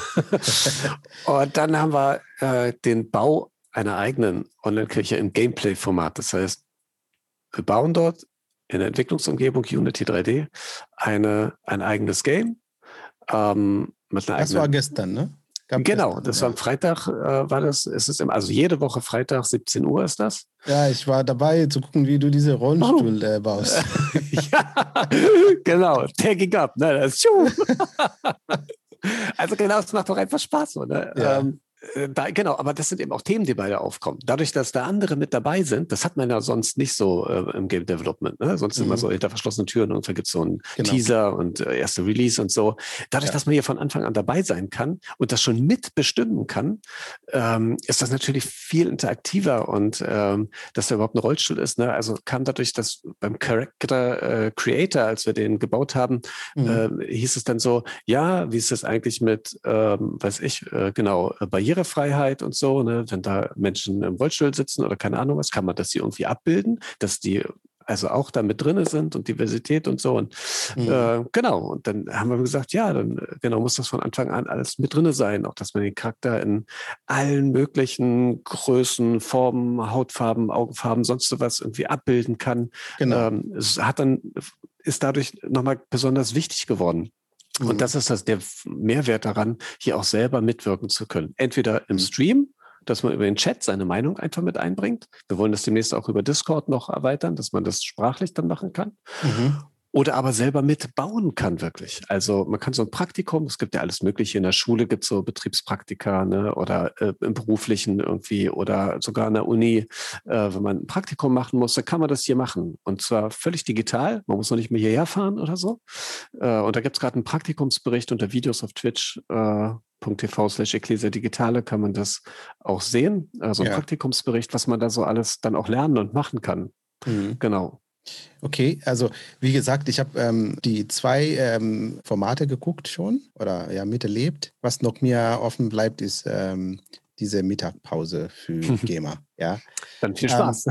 Speaker 4: Und dann haben wir äh, den Bau einer eigenen Online-Kirche im Gameplay-Format. Das heißt, wir bauen dort in der Entwicklungsumgebung Unity drei D eine, ein eigenes Game. Ähm, mit einer
Speaker 3: Das war
Speaker 4: eigenen,
Speaker 3: gestern, ne? Gab
Speaker 4: genau,
Speaker 3: gestern,
Speaker 4: das
Speaker 3: ja.
Speaker 4: war am Freitag, äh, war das, ist es im, also jede Woche Freitag, siebzehn Uhr ist das.
Speaker 3: Ja, ich war dabei zu gucken, wie du diese Rollenstuhl äh, baust.
Speaker 4: Ja, genau, tagging up, ne, das ist also genau, es macht doch einfach Spaß. So, ne?
Speaker 3: Ja.
Speaker 4: Ähm, äh, da, genau, aber das sind eben auch Themen, die beide aufkommen. Dadurch, dass da andere mit dabei sind, das hat man ja sonst nicht so äh, im Game Development. Ne? Sonst
Speaker 3: Mhm.
Speaker 4: immer so hinter verschlossenen Türen und da gibt es so einen
Speaker 3: Genau.
Speaker 4: Teaser und äh, erste Release und so. Dadurch,
Speaker 3: Ja.
Speaker 4: dass man hier von Anfang an dabei sein kann und das schon mitbestimmen kann, ähm, ist das natürlich viel interaktiver und ähm, dass da überhaupt ein Rollstuhl ist. Ne? Also kam dadurch, dass beim Character äh, Creator, als wir den gebaut haben,
Speaker 3: Mhm.
Speaker 4: äh, hieß es dann so, ja, wie ist das eigentlich mit, ähm, weiß ich, äh, genau, äh, Barrierefreiheit und so, ne? Wenn da Menschen im Rollstuhl sitzen oder keine Ahnung was, kann man das hier irgendwie abbilden, dass die also auch da mit drin sind und Diversität und so. Und
Speaker 3: Mhm.
Speaker 4: äh, genau, und dann haben wir gesagt, ja, dann äh, genau muss das von Anfang an alles mit drin sein, auch dass man den Charakter in allen möglichen Größen, Formen, Hautfarben, Augenfarben, sonst sowas irgendwie abbilden kann.
Speaker 3: Genau.
Speaker 4: Ähm, es hat dann, ist dadurch nochmal besonders wichtig geworden.
Speaker 3: Mhm.
Speaker 4: Und das ist das, der Mehrwert daran, hier auch selber mitwirken zu können. Entweder im
Speaker 3: Mhm.
Speaker 4: Stream, dass man über den Chat seine Meinung einfach mit einbringt. Wir wollen das demnächst auch über Discord noch erweitern, dass man das sprachlich dann machen kann.
Speaker 3: Mhm.
Speaker 4: Oder aber selber mitbauen kann wirklich. Also man kann so ein Praktikum, es gibt ja alles Mögliche, in der Schule gibt es so Betriebspraktika, ne? Oder äh, im Beruflichen irgendwie oder sogar an der Uni, äh, wenn man ein Praktikum machen muss, dann kann man das hier machen. Und zwar völlig digital, man muss noch nicht mehr hierher fahren oder so. Äh, und da gibt es gerade einen Praktikumsbericht unter Videos auf Twitch. Äh, .tv slash Ecclesia Digitale kann man das auch sehen. Also ein
Speaker 3: Ja.
Speaker 4: Praktikumsbericht, was man da so alles dann auch lernen und machen kann.
Speaker 3: Mhm.
Speaker 4: Genau.
Speaker 3: Okay, also wie gesagt, ich habe ähm, die zwei ähm, Formate geguckt schon oder ja miterlebt. Was noch mir offen bleibt, ist ähm, diese Mittagpause für Gamer. Ja.
Speaker 4: Dann viel
Speaker 3: Ähm,
Speaker 4: Spaß.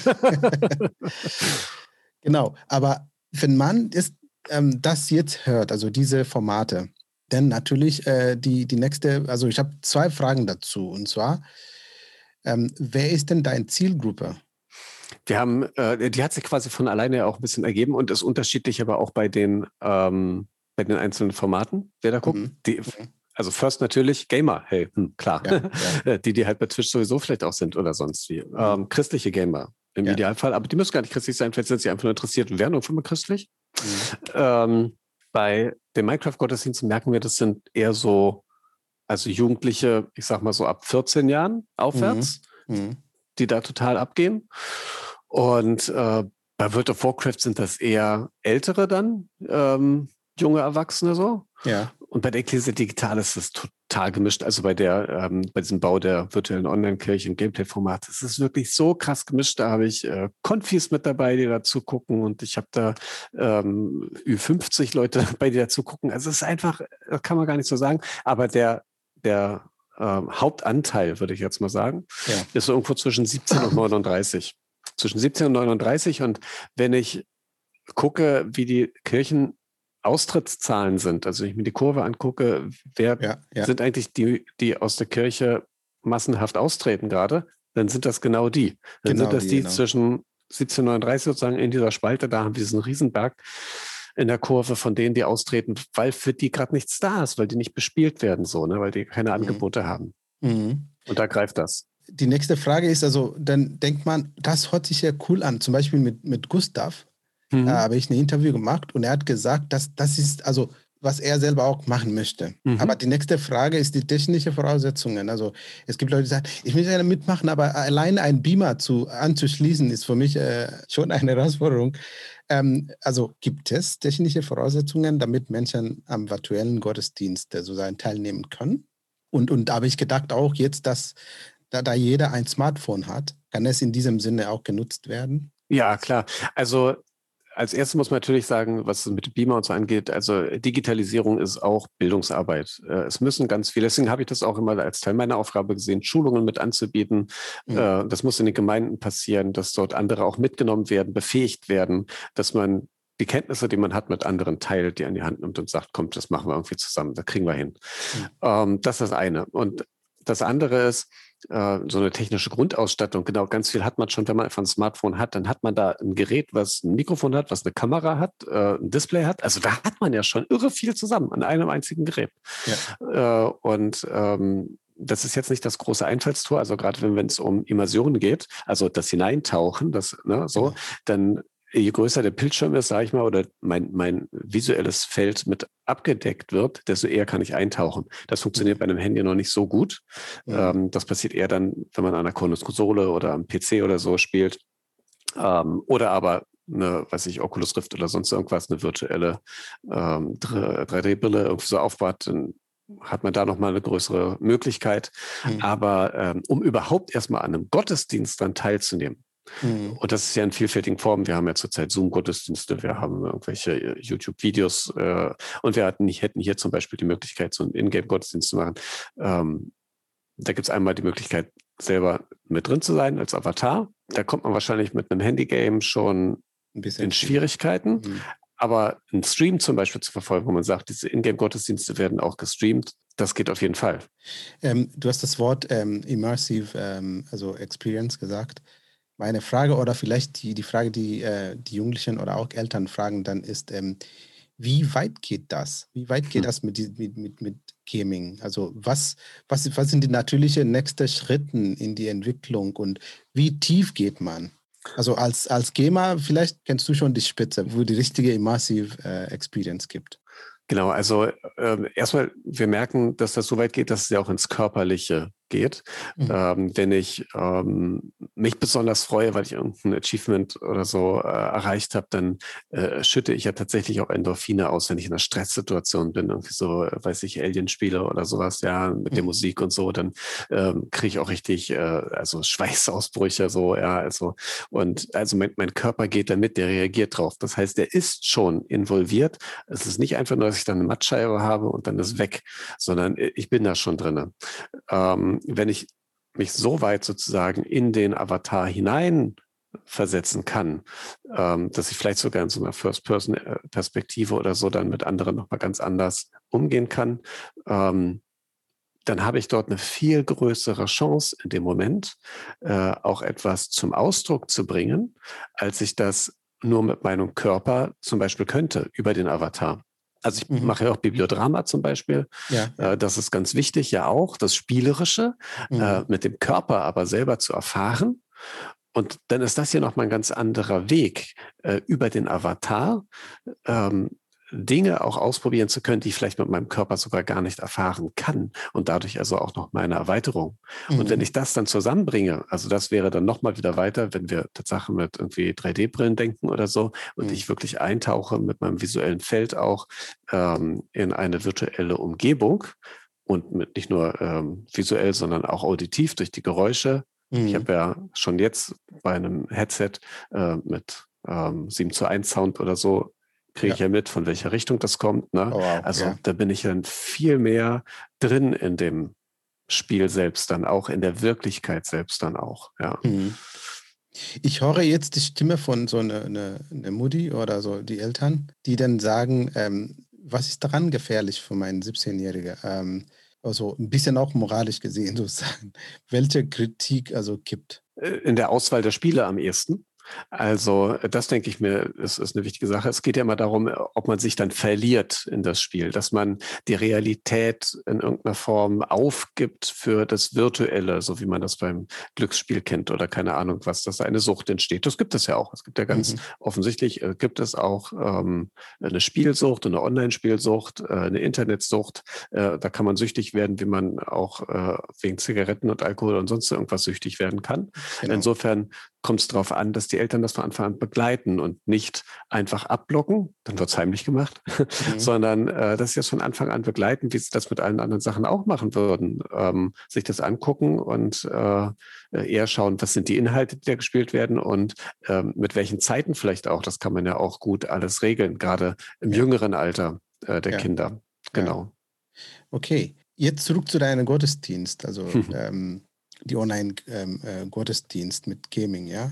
Speaker 3: Genau, aber wenn man ist, ähm, das jetzt hört, also diese Formate, dann natürlich äh, die, die nächste, also ich habe zwei Fragen dazu. Und zwar, ähm, wer ist denn deine Zielgruppe?
Speaker 4: Wir haben, äh, die hat sich quasi von alleine auch ein bisschen ergeben und ist unterschiedlich, aber auch bei den, ähm, bei den einzelnen Formaten, wer da guckt.
Speaker 3: Mhm.
Speaker 4: Die,
Speaker 3: Mhm.
Speaker 4: also first natürlich Gamer, hey, hm, klar.
Speaker 3: Ja, ja.
Speaker 4: Die, die halt bei Twitch sowieso vielleicht auch sind oder sonst wie. Ähm, christliche Gamer im
Speaker 3: Ja.
Speaker 4: Idealfall, aber die müssen gar nicht christlich sein, vielleicht sind sie einfach nur interessiert und werden irgendwann mal christlich.
Speaker 3: Mhm.
Speaker 4: Ähm, bei den Minecraft-Gottesdiensten merken wir, das sind eher so, also Jugendliche, ich sag mal so ab vierzehn Jahren aufwärts,
Speaker 3: Mhm.
Speaker 4: die da total abgehen. Und äh, bei World of Warcraft sind das eher Ältere dann, ähm, junge Erwachsene so.
Speaker 3: Ja.
Speaker 4: Und bei der Ecclesia Digital ist es total gemischt. Also bei der, ähm, bei diesem Bau der virtuellen Online-Kirche im Gameplay-Format, es ist wirklich so krass gemischt. Da habe ich äh, Konfis mit dabei, die dazu gucken, und ich habe da ähm, Ü fünfzig Leute dabei, die dazu gucken. Also es ist einfach, das kann man gar nicht so sagen. Aber der, der ähm, Hauptanteil, würde ich jetzt mal sagen,
Speaker 3: Ja.
Speaker 4: ist so irgendwo zwischen siebzehn und neununddreißig. Zwischen siebzehn und neununddreißig. Und wenn ich gucke, wie die Kirchenaustrittszahlen sind, also wenn ich mir die Kurve angucke, wer
Speaker 3: Ja, ja.
Speaker 4: sind eigentlich die, die aus der Kirche massenhaft austreten gerade, dann sind das genau die. Dann
Speaker 3: Genau
Speaker 4: sind das
Speaker 3: die,
Speaker 4: die
Speaker 3: genau.
Speaker 4: zwischen siebzehn und neununddreißig sozusagen in dieser Spalte, da haben wir diesen Riesenberg in der Kurve von denen, die austreten, weil für die gerade nichts da ist, weil die nicht bespielt werden, so, ne, weil die keine
Speaker 3: Mhm.
Speaker 4: Angebote haben.
Speaker 3: Mhm.
Speaker 4: Und da greift das.
Speaker 3: Die nächste Frage ist also, dann denkt man, das hört sich ja cool an. Zum Beispiel mit, mit Gustav
Speaker 4: Mhm.
Speaker 3: äh, habe ich ein Interview gemacht und er hat gesagt, dass das ist also, was er selber auch machen möchte.
Speaker 4: Mhm.
Speaker 3: Aber die nächste Frage ist die technische Voraussetzungen. Also es gibt Leute, die sagen, ich möchte gerne mitmachen, aber allein einen Beamer zu, anzuschließen, ist für mich äh, schon eine Herausforderung. Ähm, also gibt es technische Voraussetzungen, damit Menschen am virtuellen Gottesdienst äh, sozusagen teilnehmen können? Und, und da habe ich gedacht auch jetzt, dass da, da jeder ein Smartphone hat, kann es in diesem Sinne auch genutzt werden?
Speaker 4: Ja, klar. Also als erstes muss man natürlich sagen, was mit Beamer und so angeht, also Digitalisierung ist auch Bildungsarbeit. Äh, Es müssen ganz viele, deswegen habe ich das auch immer als Teil meiner Aufgabe gesehen, Schulungen mit anzubieten.
Speaker 3: Mhm.
Speaker 4: Äh, Das muss in den Gemeinden passieren, dass dort andere auch mitgenommen werden, befähigt werden, dass man die Kenntnisse, die man hat, mit anderen teilt, die an die Hand nimmt und sagt, kommt, das machen wir irgendwie zusammen, da kriegen wir hin.
Speaker 3: Mhm.
Speaker 4: Ähm, das ist das eine. Und das andere ist, äh, so eine technische Grundausstattung. Genau, ganz viel hat man schon, wenn man einfach ein Smartphone hat, dann hat man da ein Gerät, was ein Mikrofon hat, was eine Kamera hat, äh, ein Display hat. Also da hat man ja schon irre viel zusammen an einem einzigen Gerät.
Speaker 3: Ja.
Speaker 4: Äh, und ähm, das ist jetzt nicht das große Einfallstor, also gerade wenn wenn es um Immersion geht, also das Hineintauchen, das, ne, so,
Speaker 3: Genau.
Speaker 4: dann je größer der Bildschirm ist, sage ich mal, oder mein, mein visuelles Feld mit abgedeckt wird, desto eher kann ich eintauchen. Das funktioniert
Speaker 3: Mhm.
Speaker 4: bei einem Handy noch nicht so gut.
Speaker 3: Mhm.
Speaker 4: Ähm, das passiert eher dann, wenn man an einer Konsole oder am P C oder so spielt. Ähm, oder aber eine, weiß ich, Oculus Rift oder sonst irgendwas, eine virtuelle ähm, drei D-Brille irgendwie so aufbaut, dann hat man da nochmal eine größere Möglichkeit.
Speaker 3: Mhm.
Speaker 4: Aber ähm, um überhaupt erstmal an einem Gottesdienst dann teilzunehmen,
Speaker 3: Mhm.
Speaker 4: und das ist ja in vielfältigen Formen. Wir haben ja zurzeit Zoom-Gottesdienste, wir haben irgendwelche YouTube-Videos äh, und wir hatten, hätten hier zum Beispiel die Möglichkeit, so einen Ingame-Gottesdienst zu machen. Ähm, da gibt es einmal die Möglichkeit, selber mit drin zu sein als Avatar. Da kommt man wahrscheinlich mit einem Handygame schon
Speaker 3: Ein bisschen
Speaker 4: in Schwierigkeiten.
Speaker 3: Mhm.
Speaker 4: Aber einen Stream zum Beispiel zu verfolgen, wo man sagt, diese Ingame-Gottesdienste werden auch gestreamt, das geht auf jeden Fall.
Speaker 3: Ähm, du hast das Wort ähm, Immersive, ähm, also Experience gesagt. Meine Frage oder vielleicht die, die Frage, die äh, die Jugendlichen oder auch Eltern fragen dann ist, ähm, wie weit geht das? Wie weit geht
Speaker 4: Hm.
Speaker 3: das mit, die- mit, mit, mit Gaming? Also was, was, was sind die natürlichen nächsten Schritte in die Entwicklung und wie tief geht man? Also als, als Gamer, vielleicht kennst du schon die Spitze, wo die richtige Immersive äh, Experience gibt.
Speaker 4: Genau, also ähm, erstmal, wir merken, dass das so weit geht, dass es ja auch ins Körperliche geht.
Speaker 3: Mhm.
Speaker 4: Ähm, wenn ich ähm, mich besonders freue, weil ich irgendein Achievement oder so äh, erreicht habe, dann äh, schütte ich ja tatsächlich auch Endorphine aus, wenn ich in einer Stresssituation bin, irgendwie so, äh, weiß ich, Alien-Spiele oder sowas, ja, mit der
Speaker 3: Mhm.
Speaker 4: Musik und so, dann ähm, kriege ich auch richtig, äh, also Schweißausbrüche, so, ja, also, und also mein, mein Körper geht damit, der reagiert drauf. Das heißt, der ist schon involviert. Es ist nicht einfach nur, dass ich dann eine Mattscheibe habe und dann ist weg, sondern ich bin da schon drin. Ähm, wenn ich mich so weit sozusagen in den Avatar hinein versetzen kann, ähm, dass ich vielleicht sogar in so einer First-Person-Perspektive oder so dann mit anderen nochmal ganz anders umgehen kann, ähm, dann habe ich dort eine viel größere Chance in dem Moment, äh, auch etwas zum Ausdruck zu bringen, als ich das nur mit meinem Körper zum Beispiel könnte, über den Avatar. Also ich
Speaker 3: Mhm.
Speaker 4: mache ja auch Bibliodrama zum Beispiel.
Speaker 3: Ja, ja.
Speaker 4: Äh, das ist ganz wichtig, ja auch, das Spielerische,
Speaker 3: Mhm.
Speaker 4: äh, mit dem Körper aber selber zu erfahren. Und dann ist das hier nochmal ein ganz anderer Weg, äh, über den Avatar ähm, Dinge auch ausprobieren zu können, die ich vielleicht mit meinem Körper sogar gar nicht erfahren kann und dadurch also auch noch meine Erweiterung.
Speaker 3: Mhm.
Speaker 4: Und wenn ich das dann zusammenbringe, also das wäre dann nochmal wieder weiter, wenn wir Tatsache mit irgendwie drei D-Brillen denken oder so und
Speaker 3: Mhm.
Speaker 4: ich wirklich eintauche mit meinem visuellen Feld auch ähm, in eine virtuelle Umgebung, und mit nicht nur ähm, visuell, sondern auch auditiv durch die Geräusche.
Speaker 3: Mhm.
Speaker 4: Ich habe ja schon jetzt bei einem Headset äh, mit ähm, sieben zu eins Sound oder so, kriege ich
Speaker 3: Ja.
Speaker 4: ja mit, von welcher Richtung das kommt. Ne?
Speaker 3: Oh, wow.
Speaker 4: Also
Speaker 3: Ja.
Speaker 4: da bin ich dann viel mehr drin in dem Spiel selbst dann auch, in der Wirklichkeit selbst dann auch. Ja.
Speaker 3: Mhm. Ich höre jetzt die Stimme von so einer eine, eine Mutti oder so die Eltern, die dann sagen, ähm, was ist daran gefährlich für meinen siebzehnjährigen? Ähm, also ein bisschen auch moralisch gesehen sozusagen, welche Kritik also gibt.
Speaker 4: In der Auswahl der Spiele am ehesten. Also das denke ich mir, ist, ist eine wichtige Sache. Es geht ja immer darum, ob man sich dann verliert in das Spiel, dass man die Realität in irgendeiner Form aufgibt für das Virtuelle, so wie man das beim Glücksspiel kennt oder keine Ahnung was, dass eine Sucht entsteht. Das gibt es ja auch. Es gibt ja ganz
Speaker 3: Mhm.
Speaker 4: offensichtlich, äh, gibt es auch ähm, eine Spielsucht, eine Online-Spielsucht, äh, eine Internetsucht. Äh, da kann man süchtig werden, wie man auch äh, wegen Zigaretten und Alkohol und sonst irgendwas süchtig werden kann.
Speaker 3: Genau.
Speaker 4: Insofern kommt es darauf an, dass die Eltern das von Anfang an begleiten und nicht einfach abblocken, dann wird es heimlich gemacht,
Speaker 3: Mhm.
Speaker 4: sondern äh, dass sie das von Anfang an begleiten, wie sie das mit allen anderen Sachen auch machen würden. Ähm, sich das angucken und äh, eher schauen, was sind die Inhalte, die da gespielt werden und ähm, mit welchen Zeiten vielleicht auch. Das kann man ja auch gut alles regeln, gerade im
Speaker 3: Ja.
Speaker 4: jüngeren Alter äh, der
Speaker 3: Ja.
Speaker 4: Kinder. Genau.
Speaker 3: Okay, jetzt zurück zu deinem Gottesdienst, also ähm, die Online-Gottesdienst mit Gaming, ja?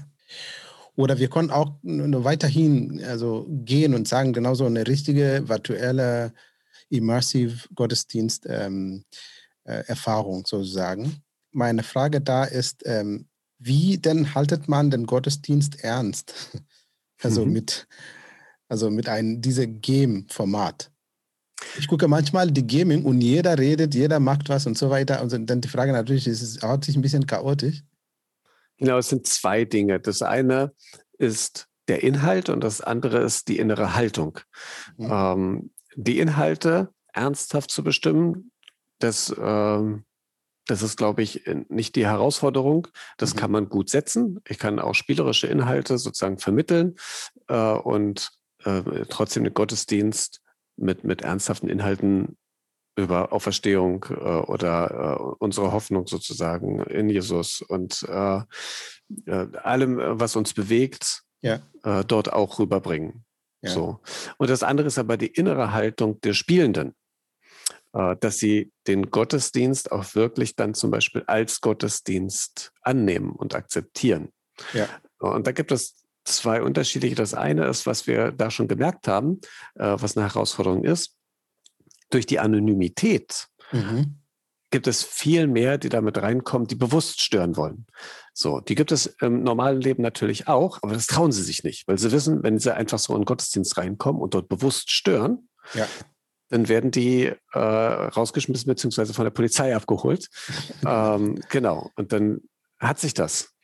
Speaker 3: Oder wir können auch nur weiterhin also gehen und sagen, genauso eine richtige, virtuelle, immersive Gottesdienst ähm, äh, Erfahrung sozusagen. Meine Frage da ist, ähm, wie denn haltet man den Gottesdienst ernst? Also
Speaker 4: Mhm.
Speaker 3: mit, also mit einem, diesem Game-Format. Ich gucke manchmal die Gaming und jeder redet, jeder macht was und so weiter. Und dann die Frage natürlich, ist es auch sich ein bisschen chaotisch?
Speaker 4: Genau, es sind zwei Dinge. Das eine ist der Inhalt und das andere ist die innere Haltung.
Speaker 3: Mhm.
Speaker 4: Ähm, die Inhalte ernsthaft zu bestimmen, das, ähm, das ist, glaube ich, nicht die Herausforderung. Das
Speaker 3: Mhm.
Speaker 4: kann man gut setzen. Ich kann auch spielerische Inhalte sozusagen vermitteln äh, und äh, trotzdem den Gottesdienst mit, mit ernsthaften Inhalten über Auferstehung äh, oder äh, unsere Hoffnung sozusagen in Jesus und äh, äh, allem, was uns bewegt,
Speaker 3: Ja,
Speaker 4: äh, dort auch rüberbringen.
Speaker 3: ja.
Speaker 4: So. Und das andere ist aber die innere Haltung der Spielenden, äh, dass sie den Gottesdienst auch wirklich dann zum Beispiel als Gottesdienst annehmen und akzeptieren.
Speaker 3: Ja.
Speaker 4: Und da gibt es zwei unterschiedliche. Das eine ist, was wir da schon gemerkt haben, äh, was eine Herausforderung ist. Durch die Anonymität
Speaker 3: Mhm.
Speaker 4: gibt es viel mehr, die damit reinkommen, die bewusst stören wollen. So, die gibt es im normalen Leben natürlich auch, aber das trauen sie sich nicht, weil sie wissen, wenn sie einfach so in den Gottesdienst reinkommen und dort bewusst stören,
Speaker 3: Ja.
Speaker 4: dann werden die äh, rausgeschmissen beziehungsweise von der Polizei abgeholt. ähm, genau, und dann hat sich das.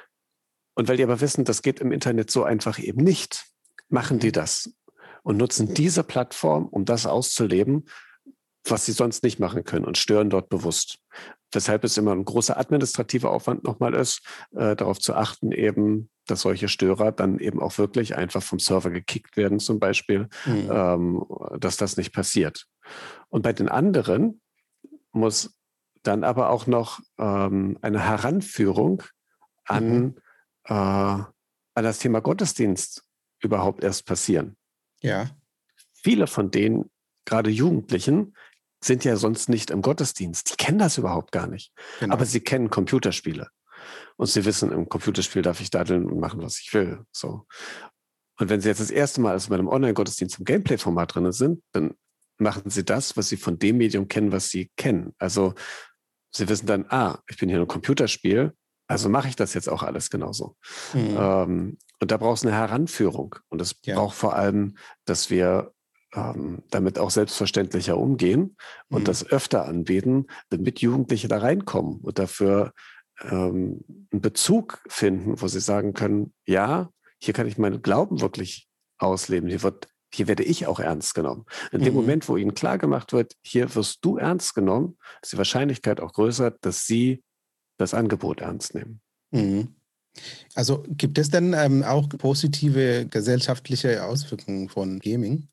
Speaker 4: Und weil die aber wissen, das geht im Internet so einfach eben nicht, machen
Speaker 3: Mhm.
Speaker 4: die das und nutzen diese Plattform, um das auszuleben, was sie sonst nicht machen können und stören dort bewusst. Weshalb es immer ein großer administrativer Aufwand nochmal ist, äh, darauf zu achten, eben, dass solche Störer dann eben auch wirklich einfach vom Server gekickt werden zum Beispiel,
Speaker 3: Mhm.
Speaker 4: ähm, dass das nicht passiert. Und bei den anderen muss dann aber auch noch ähm, eine Heranführung an,
Speaker 3: Mhm.
Speaker 4: äh, an das Thema Gottesdienst überhaupt erst passieren.
Speaker 3: Ja.
Speaker 4: Viele von denen, gerade Jugendlichen, sind ja sonst nicht im Gottesdienst. Die kennen das überhaupt gar nicht.
Speaker 3: Genau.
Speaker 4: Aber sie kennen Computerspiele. Und sie wissen, im Computerspiel darf ich daddeln und machen, was ich will. So. Und wenn sie jetzt das erste Mal also bei einem Online-Gottesdienst im Gameplay-Format drin sind, dann machen sie das, was sie von dem Medium kennen, was sie kennen. Also sie wissen dann, ah, ich bin hier in einem Computerspiel, also mache ich das jetzt auch alles genauso.
Speaker 3: Mhm.
Speaker 4: Ähm, und da braucht es eine Heranführung. Und es
Speaker 3: Ja.
Speaker 4: braucht vor allem, dass wir ähm, damit auch selbstverständlicher umgehen und
Speaker 3: Mhm.
Speaker 4: das öfter anbieten, damit Jugendliche da reinkommen und dafür ähm, einen Bezug finden, wo sie sagen können, ja, hier kann ich meinen Glauben wirklich ausleben. Hier wird, hier werde ich auch ernst genommen. In dem
Speaker 3: Mhm.
Speaker 4: Moment, wo ihnen klar gemacht wird, hier wirst du ernst genommen, ist die Wahrscheinlichkeit auch größer, dass sie das Angebot ernst nehmen.
Speaker 3: Mhm. Also gibt es denn ähm, auch positive gesellschaftliche Auswirkungen von Gaming?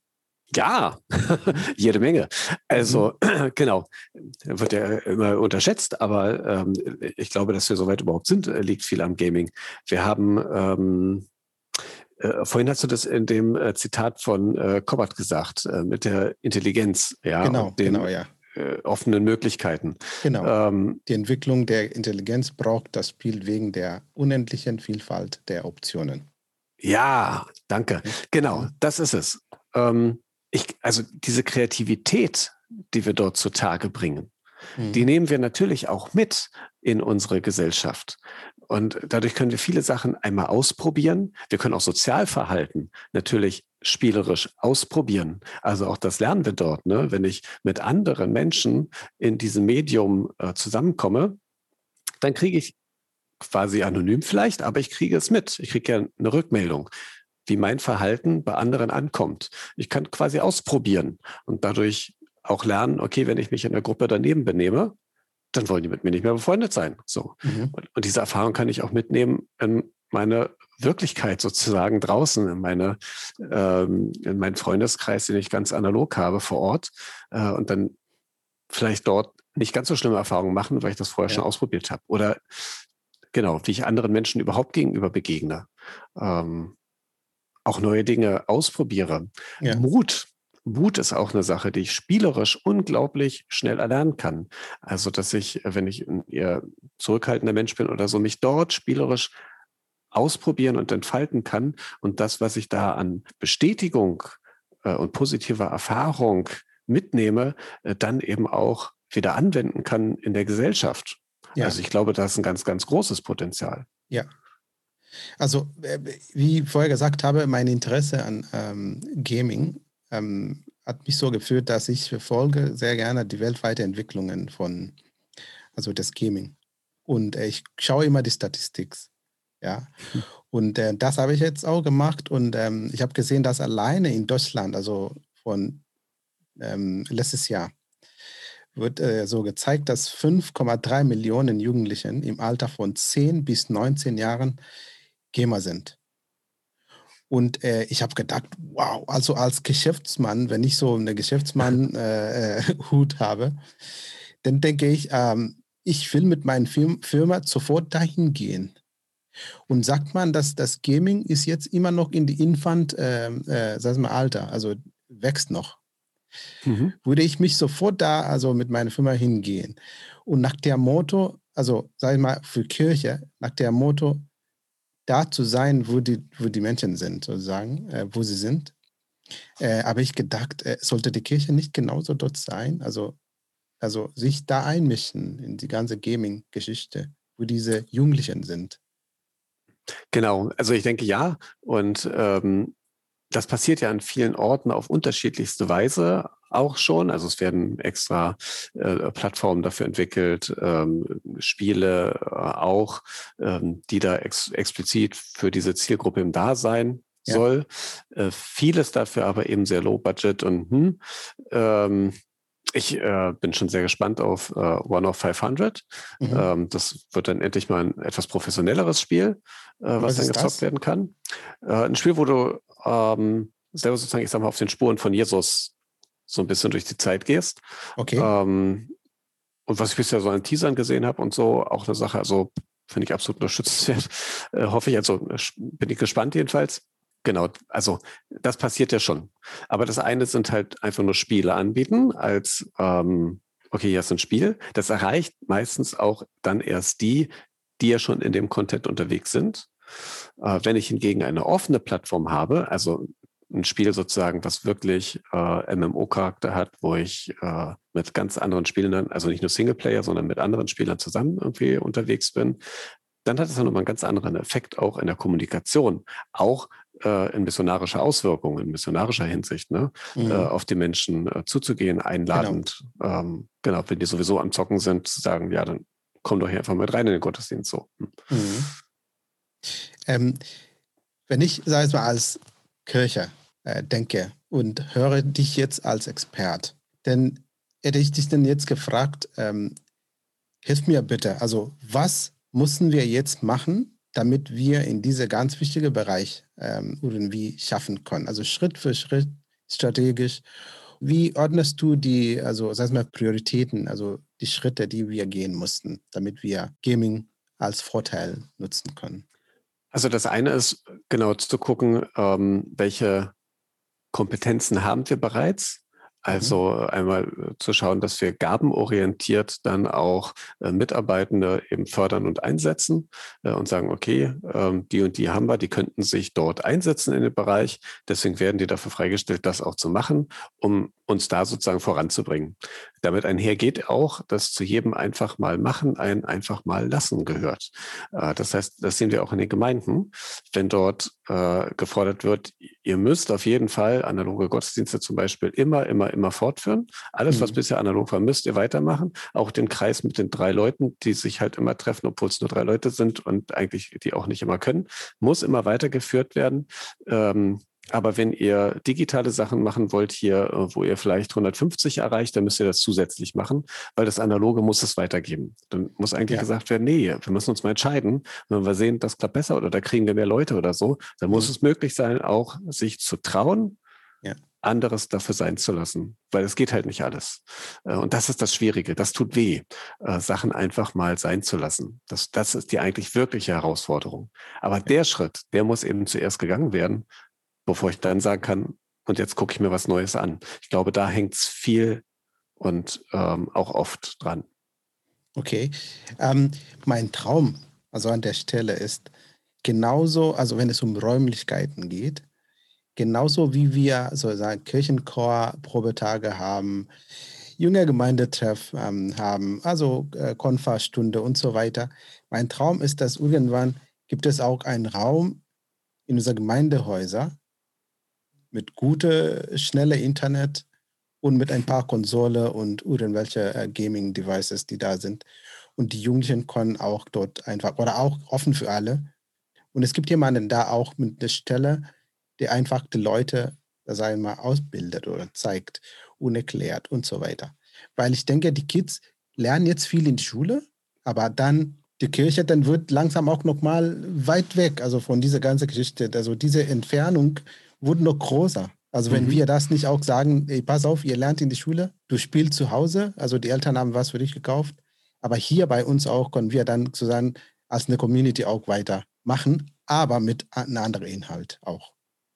Speaker 4: Ja, jede Menge. Also genau, wird ja immer unterschätzt, aber ähm, ich glaube, dass wir soweit überhaupt sind, äh, liegt viel am Gaming. Wir haben, ähm, äh, vorhin hast du das in dem äh, Zitat von äh, Koppert gesagt, äh, mit der Intelligenz, ja,
Speaker 3: Genau,
Speaker 4: und den
Speaker 3: genau, ja.
Speaker 4: äh, offenen Möglichkeiten.
Speaker 3: Genau.
Speaker 4: Ähm,
Speaker 3: Die Entwicklung der Intelligenz braucht das Spiel wegen der unendlichen Vielfalt der Optionen.
Speaker 4: Ja, danke.
Speaker 3: Mhm.
Speaker 4: Genau, das ist es. Ähm, ich, also diese Kreativität, die wir dort zutage bringen,
Speaker 3: Mhm.
Speaker 4: die nehmen wir natürlich auch mit in unsere Gesellschaft. Und dadurch können wir viele Sachen einmal ausprobieren. Wir können auch Sozialverhalten natürlich spielerisch ausprobieren. Also auch das lernen wir dort. Ne? Wenn ich mit anderen Menschen in diesem Medium äh, zusammenkomme, dann kriege ich quasi anonym vielleicht, aber ich kriege es mit. Ich kriege ja eine Rückmeldung, wie mein Verhalten bei anderen ankommt. Ich kann quasi ausprobieren und dadurch auch lernen, okay, wenn ich mich in der Gruppe daneben benehme, dann wollen die mit mir nicht mehr befreundet sein. So.
Speaker 3: Mhm.
Speaker 4: Und, und diese Erfahrung kann ich auch mitnehmen in meine Wirklichkeit sozusagen draußen, in meine, ähm, in meinen Freundeskreis, den ich ganz analog habe vor Ort, äh, und dann vielleicht dort nicht ganz so schlimme Erfahrungen machen, weil ich das vorher
Speaker 3: Ja.
Speaker 4: schon ausprobiert habe. Oder genau, wie ich anderen Menschen überhaupt gegenüber begegne. Ähm, auch neue Dinge ausprobiere.
Speaker 3: Ja.
Speaker 4: Mut. Mut ist auch eine Sache, die ich spielerisch unglaublich schnell erlernen kann. Also, dass ich, wenn ich ein eher zurückhaltender Mensch bin oder so, mich dort spielerisch ausprobieren und entfalten kann und das, was ich da an Bestätigung äh, und positiver Erfahrung mitnehme, äh, dann eben auch wieder anwenden kann in der Gesellschaft.
Speaker 3: Ja.
Speaker 4: Also ich glaube, da ist ein ganz, ganz großes Potenzial.
Speaker 3: Ja. Also, äh, wie ich vorher gesagt habe, mein Interesse an ähm, Gaming ähm, hat mich so geführt, dass ich verfolge sehr gerne die weltweite Entwicklungen von, also des Gaming. Und äh, ich schaue immer die Statistik. Ja. Und äh, das habe ich jetzt auch gemacht. Und ähm, ich habe gesehen, dass alleine in Deutschland, also von ähm, letztes Jahr, wird äh, so gezeigt, dass fünf Komma drei Millionen Jugendlichen im Alter von zehn bis neunzehn Jahren Gamer sind. Und äh, ich habe gedacht, wow, also als Geschäftsmann, wenn ich so eine Geschäftsmann-Hut äh, habe, dann denke ich, ähm, ich will mit meiner Firm Firma sofort dahin gehen. Und sagt man, dass das Gaming ist jetzt immer noch in die Infant, äh, äh, sagen wir mal, Alter, also wächst noch.
Speaker 4: Mhm.
Speaker 3: Würde ich mich sofort da, also mit meiner Firma hingehen. Und nach der Motto, also sag ich mal, für Kirche, nach der Motto, da zu sein, wo die, wo die Menschen sind, sozusagen, äh, wo sie sind. Äh, habe ich gedacht, äh, sollte die Kirche nicht genauso dort sein? Also, also sich da einmischen in die ganze Gaming-Geschichte, wo diese Jugendlichen sind.
Speaker 4: Genau, also ich denke ja. Und ähm, das passiert ja an vielen Orten auf unterschiedlichste Weise auch schon. Also es werden extra äh, Plattformen dafür entwickelt, ähm, Spiele äh, auch, ähm, die da ex explizit für diese Zielgruppe im Dasein
Speaker 3: Ja.
Speaker 4: soll. Äh, vieles dafür aber eben sehr low budget und hm, ähm, ich äh, bin schon sehr gespannt auf äh, One of fünfhundert.
Speaker 3: Mhm.
Speaker 4: Ähm, das wird dann endlich mal ein etwas professionelleres Spiel, äh, was,
Speaker 3: Was
Speaker 4: dann
Speaker 3: ist
Speaker 4: gezockt
Speaker 3: das?
Speaker 4: werden kann. Äh, ein Spiel, wo du ähm, selber sozusagen, ich sag mal, auf den Spuren von Jesus so ein bisschen durch die Zeit gehst.
Speaker 3: Okay.
Speaker 4: Ähm, und was ich bisher so an Teasern gesehen habe und so, auch eine Sache, also finde ich absolut unterstützenswert. Äh, hoffe ich, also äh, bin ich gespannt jedenfalls. Genau, also das passiert ja schon. Aber das eine sind halt einfach nur Spiele anbieten als, ähm, okay, hier ist ein Spiel. Das erreicht meistens auch dann erst die, die ja schon in dem Content unterwegs sind. Äh, wenn ich hingegen eine offene Plattform habe, also ein Spiel sozusagen, was wirklich äh, M M O-Charakter hat, wo ich äh, mit ganz anderen Spielern, also nicht nur Singleplayer, sondern mit anderen Spielern zusammen irgendwie unterwegs bin, dann hat es dann nochmal einen ganz anderen Effekt auch in der Kommunikation, auch äh, in missionarischer Auswirkung, in missionarischer Hinsicht, ne?
Speaker 3: Mhm.
Speaker 4: äh, auf die Menschen äh, zuzugehen, einladend, genau. Ähm, genau, wenn die sowieso am Zocken sind, zu sagen, ja, dann komm doch hier einfach mit rein in den Gottesdienst. So. Hm.
Speaker 3: Mhm. Ähm, wenn ich, sag ich mal, als Kirche äh, denke und höre dich jetzt als Expert, dann hätte ich dich dann jetzt gefragt, ähm, hilf mir bitte, also was müssen wir jetzt machen, damit wir in diese ganz wichtige Bereich ähm, irgendwie schaffen können? Also Schritt für Schritt strategisch. Wie ordnest du die, also sag mal, Prioritäten, also die Schritte, die wir gehen mussten, damit wir Gaming als Vorteil nutzen können?
Speaker 4: Also das eine ist genau zu gucken, ähm, welche Kompetenzen haben wir bereits. Also mhm. einmal zu schauen, dass wir gabenorientiert dann auch äh, Mitarbeitende eben fördern und einsetzen äh, und sagen, okay, ähm, die und die haben wir, die könnten sich dort einsetzen in dem Bereich. Deswegen werden die dafür freigestellt, das auch zu machen, um uns da sozusagen voranzubringen. Damit einhergeht auch, dass zu jedem einfach mal machen ein einfach mal lassen gehört. Äh, das heißt, das sehen wir auch in den Gemeinden, wenn dort äh, gefordert wird, ihr müsst auf jeden Fall analoge Gottesdienste zum Beispiel immer, immer, immer fortführen. Alles, was mhm. bisher analog war, müsst ihr weitermachen. Auch den Kreis mit den drei Leuten, die sich halt immer treffen, obwohl es nur drei Leute sind und eigentlich die auch nicht immer können, muss immer weitergeführt werden. Ähm, Aber wenn ihr digitale Sachen machen wollt hier, wo ihr vielleicht hundertfünfzig erreicht, dann müsst ihr das zusätzlich machen, weil das Analoge muss es weitergeben. Dann muss eigentlich ja. gesagt werden, nee, wir müssen uns mal entscheiden. Wenn wir sehen, das klappt besser oder da kriegen wir mehr Leute oder so, dann muss mhm. es möglich sein, auch sich zu trauen, ja. anderes dafür sein zu lassen, weil es geht halt nicht alles. Und das ist das Schwierige, das tut weh, Sachen einfach mal sein zu lassen. Das, das ist die eigentlich wirkliche Herausforderung. Aber der Schritt, der muss eben zuerst gegangen werden, bevor ich dann sagen kann, und jetzt gucke ich mir was Neues an. Ich glaube, da hängt es viel und ähm, auch oft dran.
Speaker 3: Okay. Ähm, mein Traum, also an der Stelle ist, genauso, also wenn es um Räumlichkeiten geht, genauso wie wir sozusagen Kirchenchor, Probetage haben, junge Gemeindetreff ähm, haben, also äh, Konfa-Stunde und so weiter. Mein Traum ist, dass irgendwann gibt es auch einen Raum in unseren Gemeindehäusern, mit gute, schnelle Internet und mit ein paar Konsole und irgendwelche äh, Gaming-Devices, die da sind. Und die Jugendlichen können auch dort einfach, oder auch offen für alle. Und es gibt jemanden da auch mit der Stelle, der einfach die Leute, sagen wir mal, ausbildet oder zeigt und erklärt und so weiter. Weil ich denke, die Kids lernen jetzt viel in die Schule, aber dann die Kirche, dann wird langsam auch noch mal weit weg, also von dieser ganzen Geschichte. Also diese Entfernung wurde noch größer. Also wenn mhm. wir das nicht auch sagen, ey, pass auf, ihr lernt in die Schule, du spielst zu Hause, also die Eltern haben was für dich gekauft, aber hier bei uns auch können wir dann sozusagen als eine Community auch weitermachen, aber mit einem anderen Inhalt auch.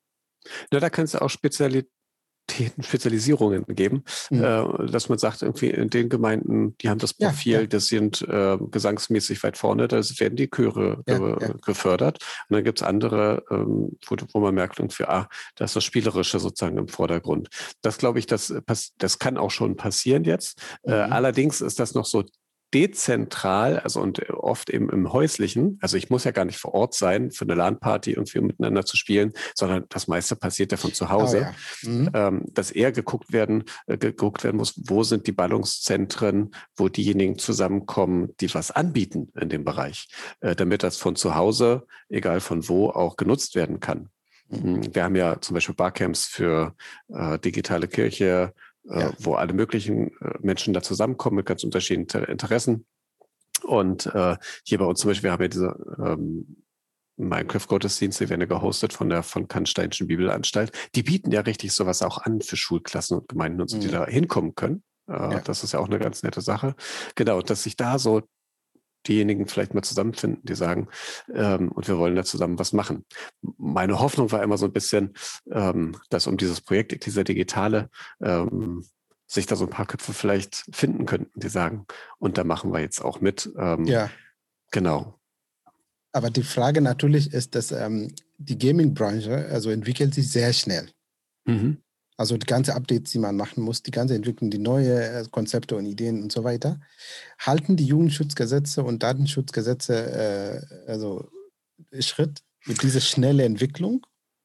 Speaker 4: Ja, da kannst du auch Spezialität Spezialisierungen geben, mhm. äh, dass man sagt, irgendwie in den Gemeinden, die haben das Profil, ja, ja. das sind äh, gesangsmäßig weit vorne, da werden die Chöre ja, ge- ja. gefördert. Und dann gibt es andere, ähm, wo, wo man merkt, irgendwie, ah, da ist das Spielerische sozusagen im Vordergrund. Das glaube ich, das, das kann auch schon passieren jetzt. Mhm. Äh, allerdings ist das noch so dezentral, also und oft eben im Häuslichen. Also ich muss ja gar nicht vor Ort sein, für eine LAN-Party irgendwie miteinander zu spielen, sondern das meiste passiert ja von zu Hause. Oh ja. mhm. ähm, dass eher geguckt werden, äh, geguckt werden muss, wo sind die Ballungszentren, wo diejenigen zusammenkommen, die was anbieten in dem Bereich, äh, damit das von zu Hause, egal von wo, auch genutzt werden kann. Mhm. Wir haben ja zum Beispiel Barcamps für äh, digitale Kirche, Ja. wo alle möglichen Menschen da zusammenkommen mit ganz unterschiedlichen Interessen. Und äh, hier bei uns zum Beispiel, wir haben ja diese ähm, Minecraft-Gottesdienste, die werden ja gehostet von der von Kannsteinischen Bibelanstalt. Die bieten ja richtig sowas auch an für Schulklassen und Gemeinden und so, mhm. die da hinkommen können. Äh, ja. Das ist ja auch eine ganz nette Sache. Genau, dass sich da so diejenigen vielleicht mal zusammenfinden, die sagen, ähm, und wir wollen da zusammen was machen. Meine Hoffnung war immer so ein bisschen, ähm, dass um dieses Projekt Ecclesia Digitale ähm, sich da so ein paar Köpfe vielleicht finden könnten, die sagen, und da machen wir jetzt auch mit. Ähm,
Speaker 3: ja.
Speaker 4: Genau.
Speaker 3: Aber die Frage natürlich ist, dass ähm, die Gaming-Branche also entwickelt sich sehr schnell. Mhm. Also die ganze Updates, die man machen muss, die ganze Entwicklung, die neue Konzepte und Ideen und so weiter, halten die Jugendschutzgesetze und Datenschutzgesetze äh, also Schritt mit dieser schnellen Entwicklung?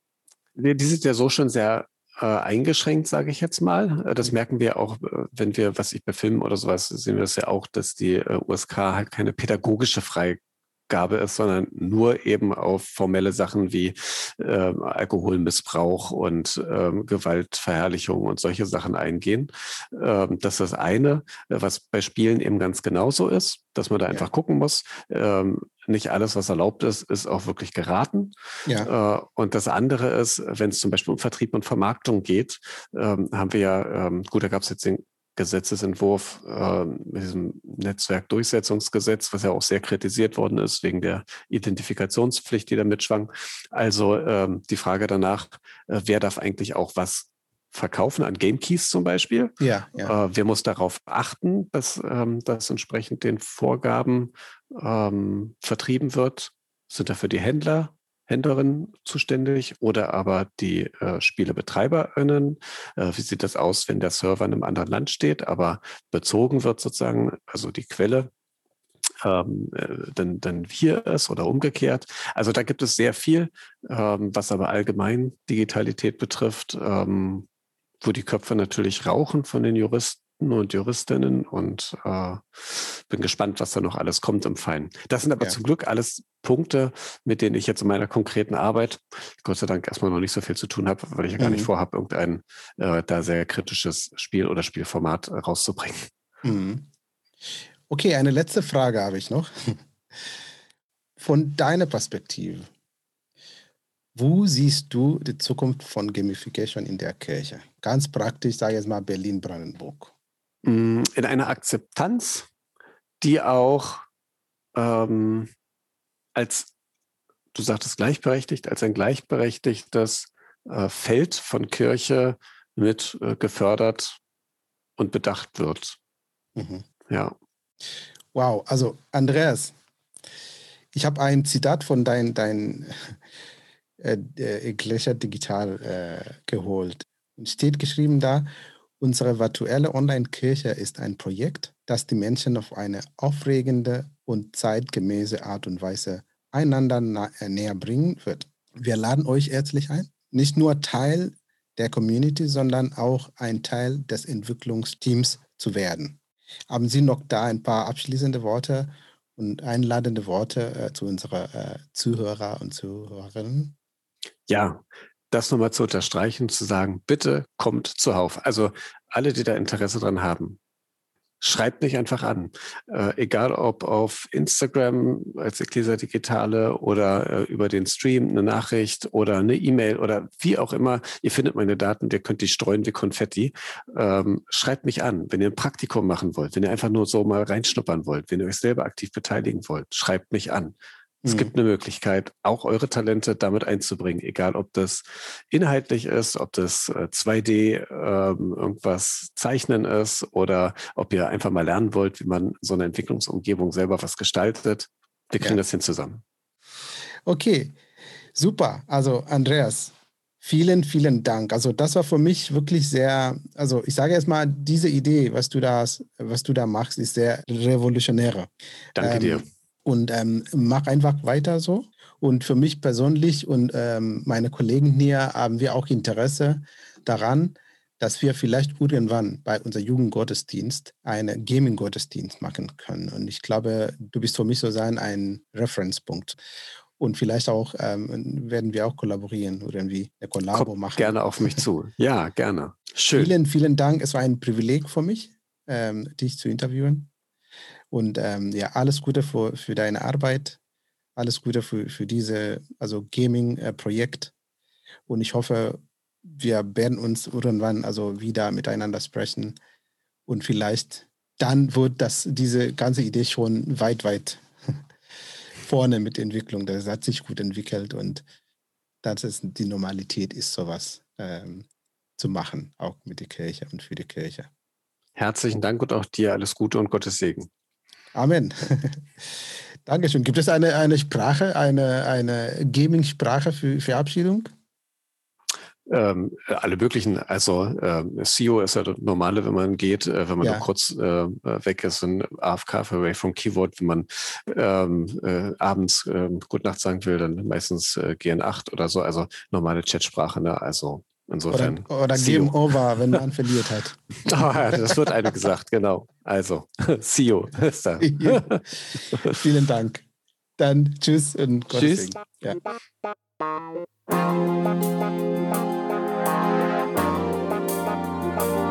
Speaker 4: Die sind ja so schon sehr äh, eingeschränkt, sage ich jetzt mal. Das mhm. merken wir auch, wenn wir, was ich bei Filmen oder sowas, sehen wir das ja auch, dass die äh, U S K halt keine pädagogische Freigabe Gabe ist, sondern nur eben auf formelle Sachen wie ähm, Alkoholmissbrauch und ähm, Gewaltverherrlichung und solche Sachen eingehen. Ähm, das ist das eine, was bei Spielen eben ganz genauso ist, dass man da einfach
Speaker 3: Ja.
Speaker 4: gucken muss. Ähm, nicht alles, was erlaubt ist, ist auch wirklich geraten.
Speaker 3: Ja.
Speaker 4: Äh, und das andere ist, wenn es zum Beispiel um Vertrieb und Vermarktung geht, ähm, haben wir ja, ähm, gut, da gab es jetzt den Gesetzesentwurf äh, mit diesem Netzwerkdurchsetzungsgesetz, was ja auch sehr kritisiert worden ist, wegen der Identifikationspflicht, die da mitschwang. Also ähm, die Frage danach, äh, wer darf eigentlich auch was verkaufen, an Game Keys zum Beispiel.
Speaker 3: Ja, ja.
Speaker 4: Äh, wer muss darauf achten, dass ähm, das entsprechend den Vorgaben ähm, vertrieben wird? Sind dafür die Händler, Händlerinnen zuständig oder aber die äh, SpielebetreiberInnen? Äh, wie sieht das aus, wenn der Server in einem anderen Land steht, aber bezogen wird sozusagen, also die Quelle, ähm, äh, dann, dann wir es oder umgekehrt. Also da gibt es sehr viel, ähm, was aber allgemein Digitalität betrifft, ähm, wo die Köpfe natürlich rauchen von den Juristen und Juristinnen und äh, bin gespannt, was da noch alles kommt im Feinen. Das sind aber
Speaker 3: Ja.
Speaker 4: zum Glück alles Punkte, mit denen ich jetzt in meiner konkreten Arbeit Gott sei Dank erstmal noch nicht so viel zu tun habe, weil ich ja gar
Speaker 3: Mhm.
Speaker 4: nicht vorhabe, irgendein äh, da sehr kritisches Spiel oder Spielformat äh, rauszubringen.
Speaker 3: Mhm. Okay, eine letzte Frage habe ich noch. Von deiner Perspektive, wo siehst du die Zukunft von Gamification in der Kirche? Ganz praktisch, sage ich jetzt mal Berlin-Brandenburg.
Speaker 4: In einer Akzeptanz, die auch ähm, als, du sagtest gleichberechtigt, als ein gleichberechtigtes äh, Feld von Kirche mit äh, gefördert und bedacht wird.
Speaker 3: Mhm.
Speaker 4: Ja.
Speaker 3: Wow, also Andreas, ich habe ein Zitat von dein, dein äh, Iglesia Digital äh, geholt. Es steht geschrieben da, unsere virtuelle Online-Kirche ist ein Projekt, das die Menschen auf eine aufregende und zeitgemäße Art und Weise einander na- äh, näher bringen wird. Wir laden euch herzlich ein, nicht nur Teil der Community, sondern auch ein Teil des Entwicklungsteams zu werden. Haben Sie noch da ein paar abschließende Worte und einladende Worte äh, zu unseren äh, Zuhörer und Zuhörerinnen?
Speaker 4: Ja, das nochmal zu unterstreichen, zu sagen, bitte kommt zuhauf. Also alle, die da Interesse dran haben, schreibt mich einfach an. Äh, egal ob auf Instagram als Ecclesia Digitale oder äh, über den Stream eine Nachricht oder eine E-Mail oder wie auch immer. Ihr findet meine Daten, ihr könnt die streuen wie Konfetti. Ähm, schreibt mich an, wenn ihr ein Praktikum machen wollt, wenn ihr einfach nur so mal reinschnuppern wollt, wenn ihr euch selber aktiv beteiligen wollt, schreibt mich an. Es
Speaker 3: Mhm.
Speaker 4: gibt eine Möglichkeit, auch eure Talente damit einzubringen, egal ob das inhaltlich ist, ob das äh, zwei D ähm, irgendwas zeichnen ist oder ob ihr einfach mal lernen wollt, wie man so eine Entwicklungsumgebung selber was gestaltet. Wir kriegen
Speaker 3: Ja.
Speaker 4: das hin zusammen.
Speaker 3: Okay, super. Also Andreas, vielen, vielen Dank. Also das war für mich wirklich sehr, also ich sage jetzt mal, diese Idee, was du da, was du da machst, ist sehr revolutionär.
Speaker 4: Danke
Speaker 3: ähm,
Speaker 4: dir.
Speaker 3: Und ähm, mach einfach weiter so. Und für mich persönlich und ähm, meine Kollegen hier haben wir auch Interesse daran, dass wir vielleicht irgendwann bei unserem Jugendgottesdienst einen Gaming-Gottesdienst machen können. Und ich glaube, du bist für mich so sein ein Referenzpunkt. Und vielleicht auch ähm, werden wir auch kollaborieren oder irgendwie eine Kollabo
Speaker 4: Kommt
Speaker 3: machen.
Speaker 4: gerne auf mich zu. Ja, gerne. Schön.
Speaker 3: Vielen, vielen Dank. Es war ein Privileg für mich, ähm, dich zu interviewen. Und ähm, ja, alles Gute für, für deine Arbeit. Alles Gute für, für diese also Gaming-Projekt. Und ich hoffe, wir werden uns irgendwann also wieder miteinander sprechen. Und vielleicht dann wird das, diese ganze Idee schon weit, weit vorne mit Entwicklung. Das hat sich gut entwickelt und das ist die Normalität ist, sowas ähm, zu machen, auch mit der Kirche und für die Kirche.
Speaker 4: Herzlichen Dank und auch dir alles Gute und Gottes Segen.
Speaker 3: Amen. Dankeschön. Gibt es eine, eine Sprache, eine, eine Gaming-Sprache für Verabschiedung?
Speaker 4: Ähm, alle möglichen, also ähm, S E O ist ja das Normale, wenn man geht, äh, wenn man
Speaker 3: Ja.
Speaker 4: nur kurz äh, weg ist, ein A F K, Away from Keyboard, wenn man ähm, äh, abends äh, Gute Nacht sagen will, dann meistens äh, G N acht oder so, also normale Chatsprache, ne? Also insofern.
Speaker 3: Oder, oder
Speaker 4: S E O.
Speaker 3: Game Over, wenn man verliert hat.
Speaker 4: Oh, ja, das wird einem gesagt, genau. Also, S E O ist da.
Speaker 3: Vielen Dank. Dann tschüss und Gottes
Speaker 4: Tschüss.
Speaker 3: Segen. Ja.
Speaker 5: Thank you.